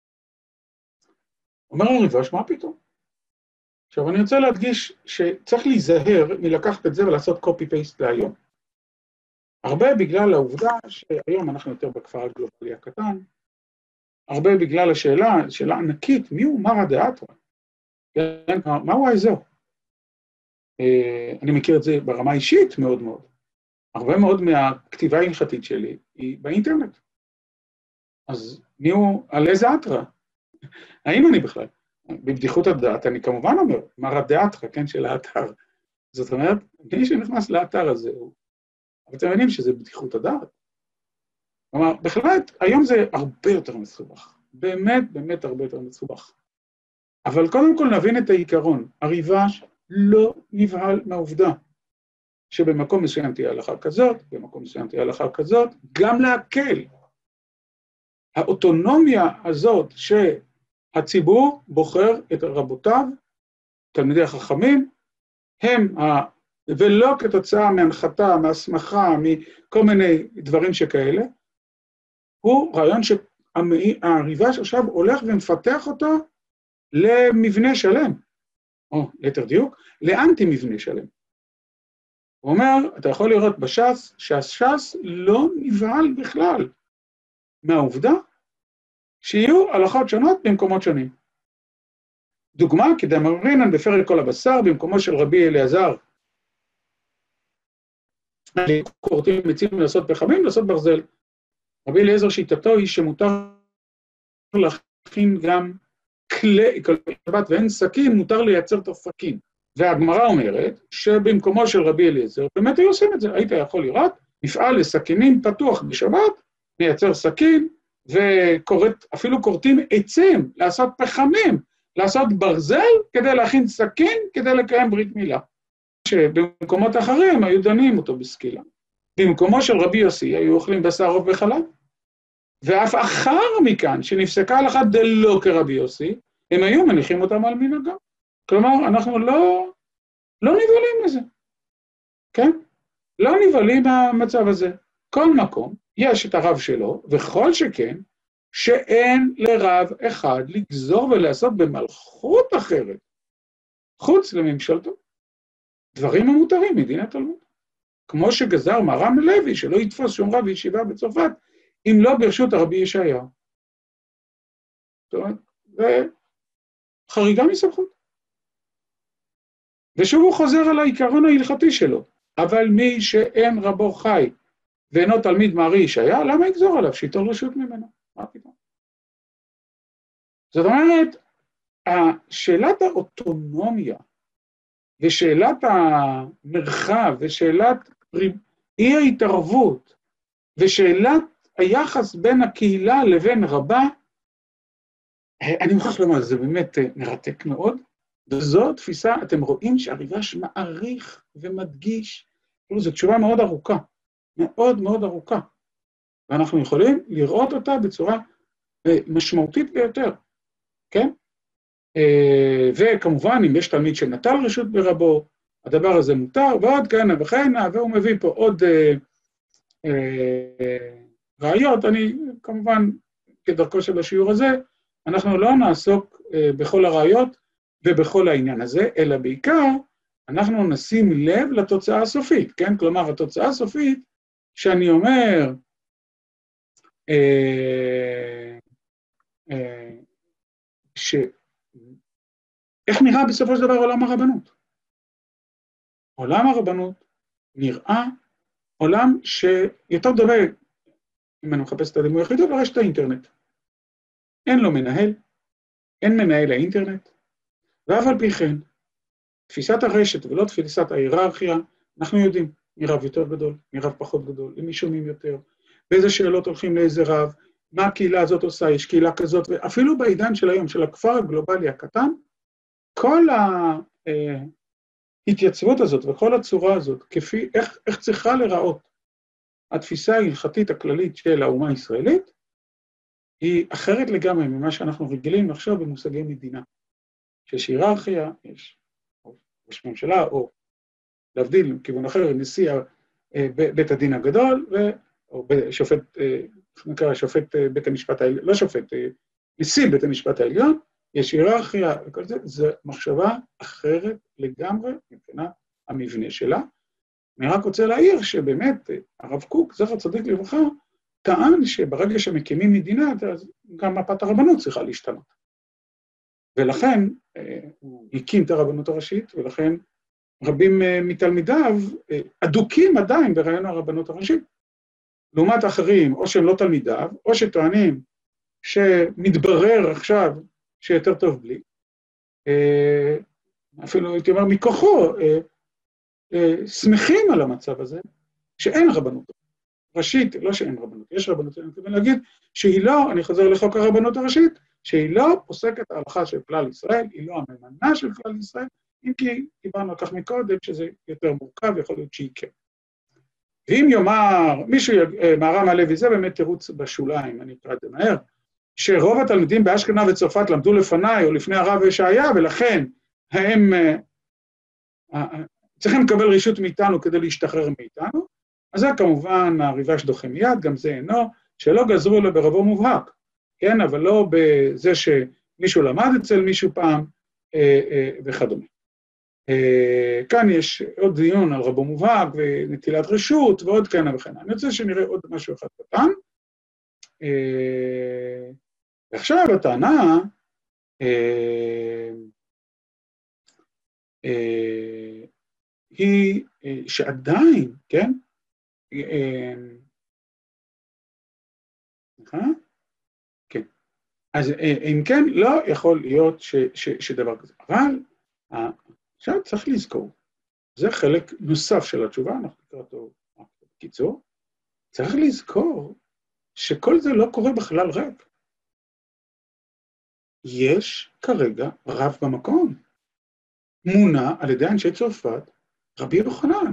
אומר הריב"ש, מה פתאום? עכשיו אני רוצה להדגיש שצריך להיזהר מלקחת את זה ולעשות copy-paste להיום. הרבה בגלל העובדה שהיום אנחנו יותר בכפר הגלובלי הקטן, הרבה בגלל שאלה ענקית, מי הוא מרא דאתרא? כן, מהו האזור? אני מכיר את זה ברמה אישית מאוד מאוד. הרבה מאוד מהכתיבה ההלכתית שלי היא באינטרנט. אז מי הוא, על איזה אתרא? האם אני בכלל? בבדיחות הדעת אני כמובן אומר, מרא דאתרא, כן, של האתר. זאת אומרת, מי שנכנס לאתר הזה, אבל אתם מבינים שזה בדיחות הדעת. כלומר, בהחלט, היום זה הרבה יותר מסובך. באמת, באמת הרבה יותר מסובך. אבל קודם כל נבין את העיקרון. הריב"ש לא נבהל מהעובדה שבמקום מסוים תהיה הלכה כזאת, במקום מסוים תהיה הלכה כזאת, גם להקל. האוטונומיה הזאת שהציבור בוחר את רבותיו, תלמידי החכמים, ולא כתוצאה מהנחתה, מהסמכה, מכל מיני דברים שכאלה, הוא רעיון שהריב"ש עכשיו הולך ומפתח אותו למבנה שלם, או ליתר דיוק, לאנטי מבנה שלם. הוא אומר, אתה יכול לראות בש"ס, שהש"ס לא נבהל בכלל מהעובדה שיהיו הלכות שונות במקומות שונים. דוגמה, כדאמרינן בפרק כל הבשר, במקומו של רבי אליעזר, כורתים עצים לעשות פחמים, לעשות ברזל. רבי אליעזר שיטתו היא שמותר להכין גם כלי, שבת ואין סכין, מותר לייצר את הסכין. והגמרא אומרת שבמקומו של רבי אליעזר, באמת היו עושים את זה, היית יכול לראות, מפעל לסכינים פתוח בשבת, מייצר סכין, ואפילו כורתים עצים, לעשות פחמים, לעשות ברזל, כדי להכין סכין, כדי לקיים ברית מילה. שבמקומות אחרים היו דנים אותו בסקילה. במקומו של רבי יוסי היו אוכלים בשר עוף וחלב, ואף אחר מכאן, שנפסקה הלכה דלא כרבי יוסי, הם היו מניחים אותם על מנהגם. כלומר, אנחנו לא נבהלים לזה, כן? לא נבהלים מהמצב הזה. כל מקום יש את הרב שלו, וכל שכן, שאין לרב אחד לגזור ולעשות במלכות אחרת, חוץ לממשלתו. דברים המותרים מדין התלמוד. כמו שגזר מרן לוי, שלא יתפוס שום רב ישיבה בצרפת, אם לא ברשות הרבי ישעיהו. זאת אומרת, זה חריגה מסמכות. ושוב הוא חוזר על העיקרון ההלכתי שלו, אבל מי שאין רבו חי, ואינו תלמיד מערי ישעיה, למה יגזור עליו? שייטול רשות ממנו. מה פתאום? זאת אומרת, שאלת האוטונומיה, ושאלת המרחב, ושאלת אי ההתערבות, ושאלת היחס בין הקהילה לבין רבה, אני מוכרח לומר, זה באמת מרתק מאוד, וזו תפיסה, אתם רואים שהריב"ש מעריך ומדגיש, זו תשובה מאוד ארוכה, מאוד מאוד ארוכה, ואנחנו יכולים לראות אותה בצורה משמעותית ביותר, כן? וכמובן, אם יש תלמיד שנטל רשות ברבו, הדבר הזה מותר, ועוד כהנה וכהנה, והוא מביא פה עוד ראיות. אני, כמובן, כדרכו של השיעור הזה, אנחנו לא נעסוק בכל הראיות ובכל העניין הזה, אלא בעיקר, אנחנו נשים לב לתוצאה הסופית, כן? כלומר, התוצאה הסופית, שאני אומר, איך נראה בסופו של דבר עולם הרבנות? עולם הרבנות נראה עולם שיותר דומה אם אני מחפש את הדימוי הכי טוב, לרשת האינטרנט. אין לו מנהל, אין מנהל האינטרנט, ואף על פי כן, תפיסת הרשת ולא תפיסת ההיררכיה, אנחנו יודעים מי רב יותר גדול, מי רב פחות גדול, למי שומעים יותר, באיזה שאלות הולכים לאיזה רב, מה הקהילה הזאת עושה, יש קהילה כזאת, ואפילו בעידן של היום, של הכפר הגלובלי הקטן, כל ההתייצבות הזאת וכל הצורה הזאת, כפי איך צריכה לראות התפיסה ההלכתית הכללית של האומה הישראלית, היא אחרת לגמרי ממה שאנחנו רגילים לחשוב במושגי מדינה. שיש היררכיה, יש ראש ממשלה, או להבדיל מכיוון אחר, נשיא בית הדין הגדול, או שופט, נקרא שופט בית המשפט העליון, לא שופט, נשיא בית המשפט העליון, יש היררכיה וכל זה, זו מחשבה אחרת לגמרי מבחינת המבנה שלה. אני רק רוצה להעיר שבאמת הרב קוק, זכר צדיק לברכה, טען שברגע שמקימים מדינה, אז גם מפת הרבנות צריכה להשתנות. ולכן הוא הקים את הרבנות הראשית, ולכן רבים מתלמידיו אדוקים עדיין ברעיון הרבנות הראשית. לעומת אחרים, או שהם לא תלמידיו, או שטוענים שמתברר עכשיו שיותר טוב בלי. אפילו הייתי אומר מכוחו, שמחים על המצב הזה, שאין רבנות ראשית, לא שאין רבנות, יש רבנות, אני מתכוון להגיד שהיא לא, אני חוזר לחוק הרבנות הראשית, שהיא לא פוסקת ההלכה של כלל ישראל, היא לא הממנה של כלל ישראל, אם כי דיברנו על כך מקודם, שזה יותר מורכב, יכול להיות שהיא כן. ואם יאמר, מישהו, מהר"ם הלוי, זה באמת תירוץ בשוליים, אני אקרא את זה מהר, שרוב התלמידים באשכנז וצרפת למדו לפניי או לפני הרב ישעיה, ולכן הם צריכים לקבל רשות מאיתנו כדי להשתחרר מאיתנו, אז זה כמובן הריב"ש דוחה מיד, גם זה אינו, שלא גזרו לו ברבו מובהק, כן, אבל לא בזה שמישהו למד אצל מישהו פעם וכדומה. כאן יש עוד דיון על רבו מובהק ונטילת רשות ועוד כהנה וכהנה. אני רוצה שנראה עוד משהו אחד קטן. ועכשיו הטענה היא שעדיין, כן? כן. אז אם כן, לא יכול להיות שדבר כזה. אבל עכשיו צריך לזכור, זה חלק נוסף של התשובה, אנחנו נקרא אותו בקיצור, צריך לזכור שכל זה לא קורה בחלל ריק. יש כרגע רב במקום, מונה על ידי אנשי צרפת, רבי יוחנן.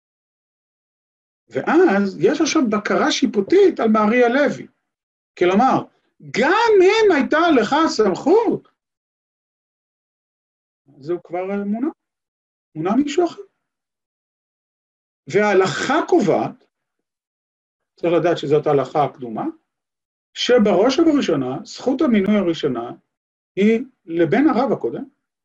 ואז יש עכשיו בקרה שיפוטית על מארי הלוי. כלומר, גם אם הייתה לך סמכות, זהו כבר מונה מישהו אחר. וההלכה קובעת, צריך לדעת שזאת ההלכה הקדומה, שבראש ובראשונה, זכות המינוי הראשונה, היא לבן הרב הקודם.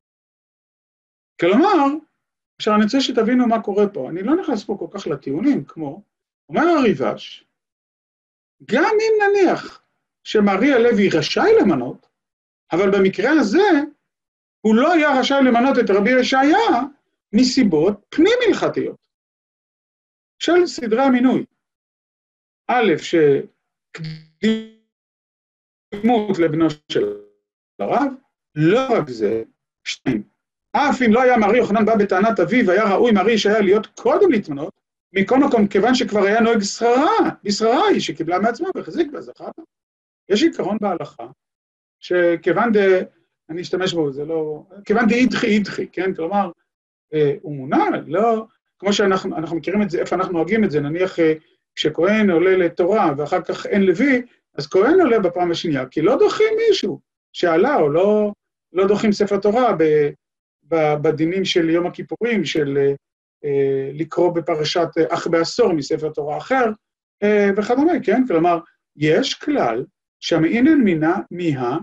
כלומר, עכשיו אני רוצה שתבינו מה קורה פה, אני לא נכנס פה כל כך לטיעונים, כמו, אומר הריב"ש, גם אם נניח שמארי הלוי רשאי למנות, אבל במקרה הזה, הוא לא היה רשאי למנות את רבי ישעיה מסיבות פנים הלכתיות של סדרי המינוי. א', שקדימות לבנו של הרב, לא רק זה, שתיים. אף אם לא היה מארי יוחנן בא בטענת אביו, היה ראוי מארי ישעיה להיות קודם להתמנות, מכל מקום, כיוון שכבר היה נוהג בשררה היא שקיבלה מעצמה והחזיק וזכה. יש עיקרון בהלכה, שכיוון אני אשתמש בו, זה לא, כיוון אידחי, כן? כלומר, הוא מונה, לא, כמו שאנחנו מכירים את זה, איפה אנחנו נוהגים את זה, נניח כשכהן עולה לתורה ואחר כך אין לוי, אז כהן עולה בפעם השנייה, כי לא דוחים מישהו שעלה, או לא דוחים ספר תורה בדינים של יום הכיפורים, של לקרוא בפרשת אח בעשור מספר תורה אחר, וכדומה, כן? כלומר, יש כלל שהמעינן מיהה,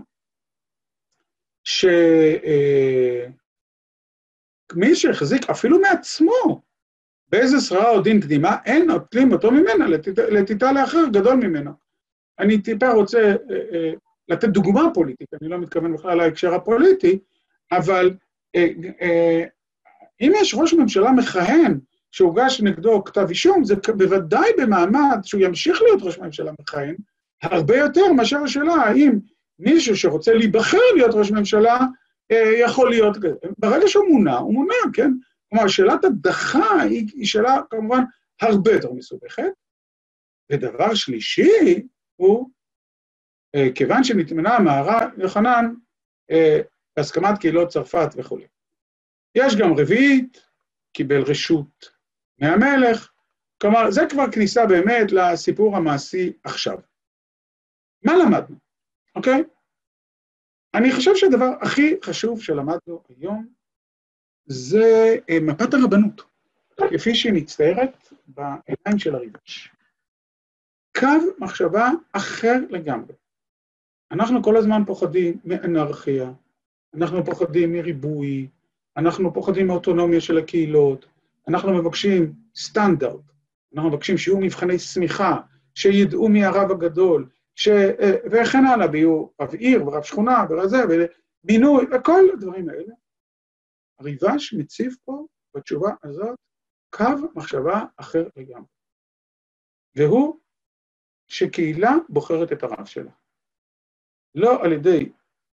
שמי שהחזיק אפילו מעצמו, באיזה שררה או דין קדימה, אין נוטלים אותו ממנה, לתיתה לאחר גדול ממנו. אני טיפה רוצה לתת דוגמה פוליטית, אני לא מתכוון בכלל להקשר הפוליטי, אבל אם יש ראש ממשלה מכהן, שהוגש נגדו כתב אישום, זה בוודאי במעמד שהוא ימשיך להיות ראש ממשלה מכהן, הרבה יותר מאשר השאלה האם מישהו שרוצה להיבחר להיות ראש ממשלה, יכול להיות, ברגע שהוא מונה, הוא מונה, כן? כלומר, שאלת הדחה היא שאלה כמובן הרבה יותר מסובכת, ודבר שלישי הוא, כיוון שנתמנה מהר"ל יוחנן, בהסכמת קהילות צרפת וכו'. יש גם רביעית, קיבל רשות מהמלך, כלומר, זה כבר כניסה באמת לסיפור המעשי עכשיו. מה למדנו? אוקיי? אני חושב שהדבר הכי חשוב שלמדנו היום, זה מפת הרבנות, כפי שהיא מצטיירת בעיניים של הריב"ש. קו מחשבה אחר לגמרי. אנחנו כל הזמן פוחדים מאנרכיה, אנחנו פוחדים מריבוי, אנחנו פוחדים מאוטונומיה של הקהילות, אנחנו מבקשים סטנדרט, אנחנו מבקשים שיהיו מבחני סמיכה, שידעו מי הרב הגדול, וכן הלאה, ביהיו רב עיר ורב שכונה ורזה ובינוי, וכל הדברים האלה. הריב"ש מציב פה בתשובה הזאת קו מחשבה אחר לגמרי. והוא שקהילה בוחרת את הרב שלה. לא על ידי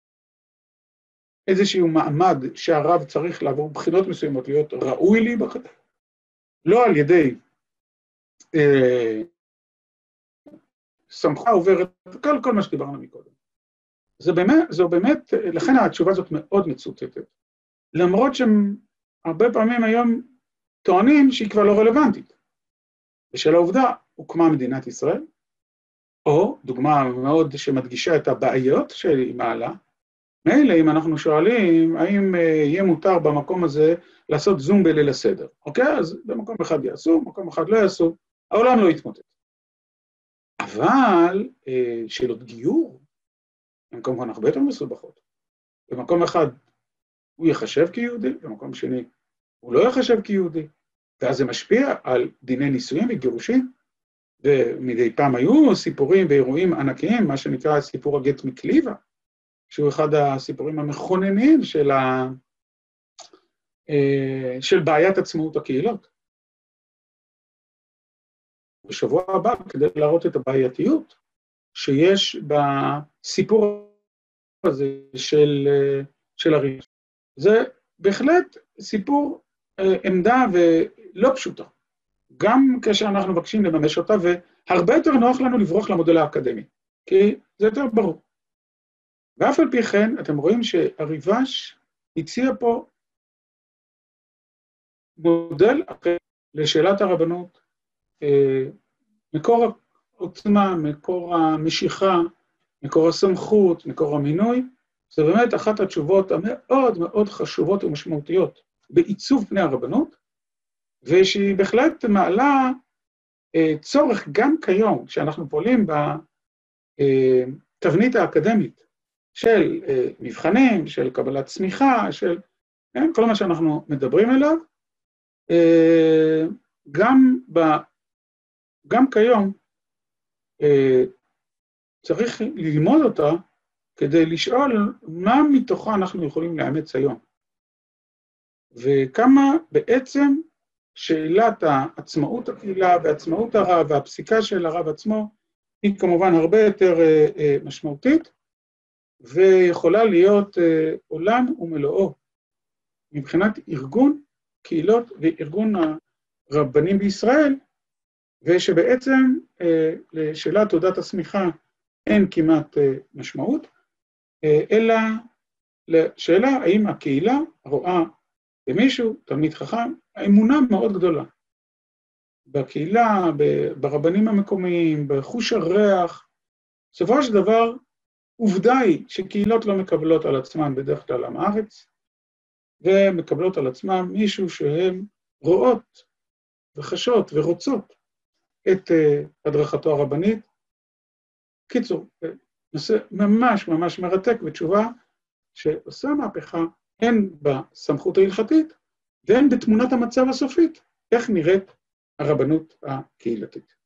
איזשהו מעמד שהרב צריך לעבור בחינות מסוימות להיות ראוי להיבחר, לא על ידי סמכה עוברת, כל מה שדיברנו מקודם. זו באמת, לכן התשובה הזאת מאוד מצוטטת. למרות שהם הרבה פעמים היום טוענים שהיא כבר לא רלוונטית. בשל העובדה, הוקמה מדינת ישראל, או דוגמה מאוד שמדגישה את הבעיות שהיא מעלה, מילא אם אנחנו שואלים האם יהיה מותר במקום הזה לעשות זום בליל הסדר, אוקיי? אז במקום אחד יעשו, במקום אחד לא יעשו, העולם לא יתמוטט. אבל שאלות גיור, הן כמובן הרבה יותר מסובכות. במקום אחד הוא יחשב כיהודי, במקום שני הוא לא יחשב כיהודי, ואז זה משפיע על דיני נישואים וגירושים, ומדי פעם היו סיפורים ואירועים ענקיים, מה שנקרא סיפור הגט מקליבה, שהוא אחד הסיפורים המכוננים של בעיית עצמאות הקהילות. בשבוע הבא, כדי להראות את הבעייתיות שיש בסיפור הזה של הריב"ש. זה בהחלט סיפור עמדה ולא פשוטה. גם כאשר אנחנו מבקשים לממש אותה, והרבה יותר נוח לנו לברוח למודל האקדמי, כי זה יותר ברור. ואף על פי כן, אתם רואים שהריב"ש הציע פה מודל אחר לשאלת הרבנות, מקור העוצמה, מקור המשיכה, מקור הסמכות, מקור המינוי, זה באמת אחת התשובות המאוד מאוד חשובות ומשמעותיות בעיצוב פני הרבנות, ושהיא בהחלט מעלה צורך גם כיום, כשאנחנו פועלים בתבנית האקדמית של מבחנים, של קבלת צמיחה, של כל מה שאנחנו מדברים עליו, גם כיום צריך ללמוד אותה כדי לשאול מה מתוכה אנחנו יכולים לאמץ היום. וכמה בעצם שאלת העצמאות הקהילה ועצמאות הרב והפסיקה של הרב עצמו היא כמובן הרבה יותר משמעותית, ויכולה להיות עולם ומלואו מבחינת ארגון קהילות וארגון הרבנים בישראל, ושבעצם לשאלת תעודת הסמיכה אין כמעט משמעות, אלא לשאלה האם הקהילה רואה במישהו, תלמיד חכם, האמונה מאוד גדולה. בקהילה, ברבנים המקומיים, בחוש הריח, בסופו של דבר, עובדה היא שקהילות לא מקבלות על עצמן בדרך כלל עם הארץ, ומקבלות על עצמן מישהו שהן רואות וחשות ורוצות את הדרכתו הרבנית. קיצור, נושא ממש ממש מרתק ותשובה שעושה מהפכה הן בסמכות ההלכתית והן בתמונת המצב הסופית, איך נראית הרבנות הקהילתית.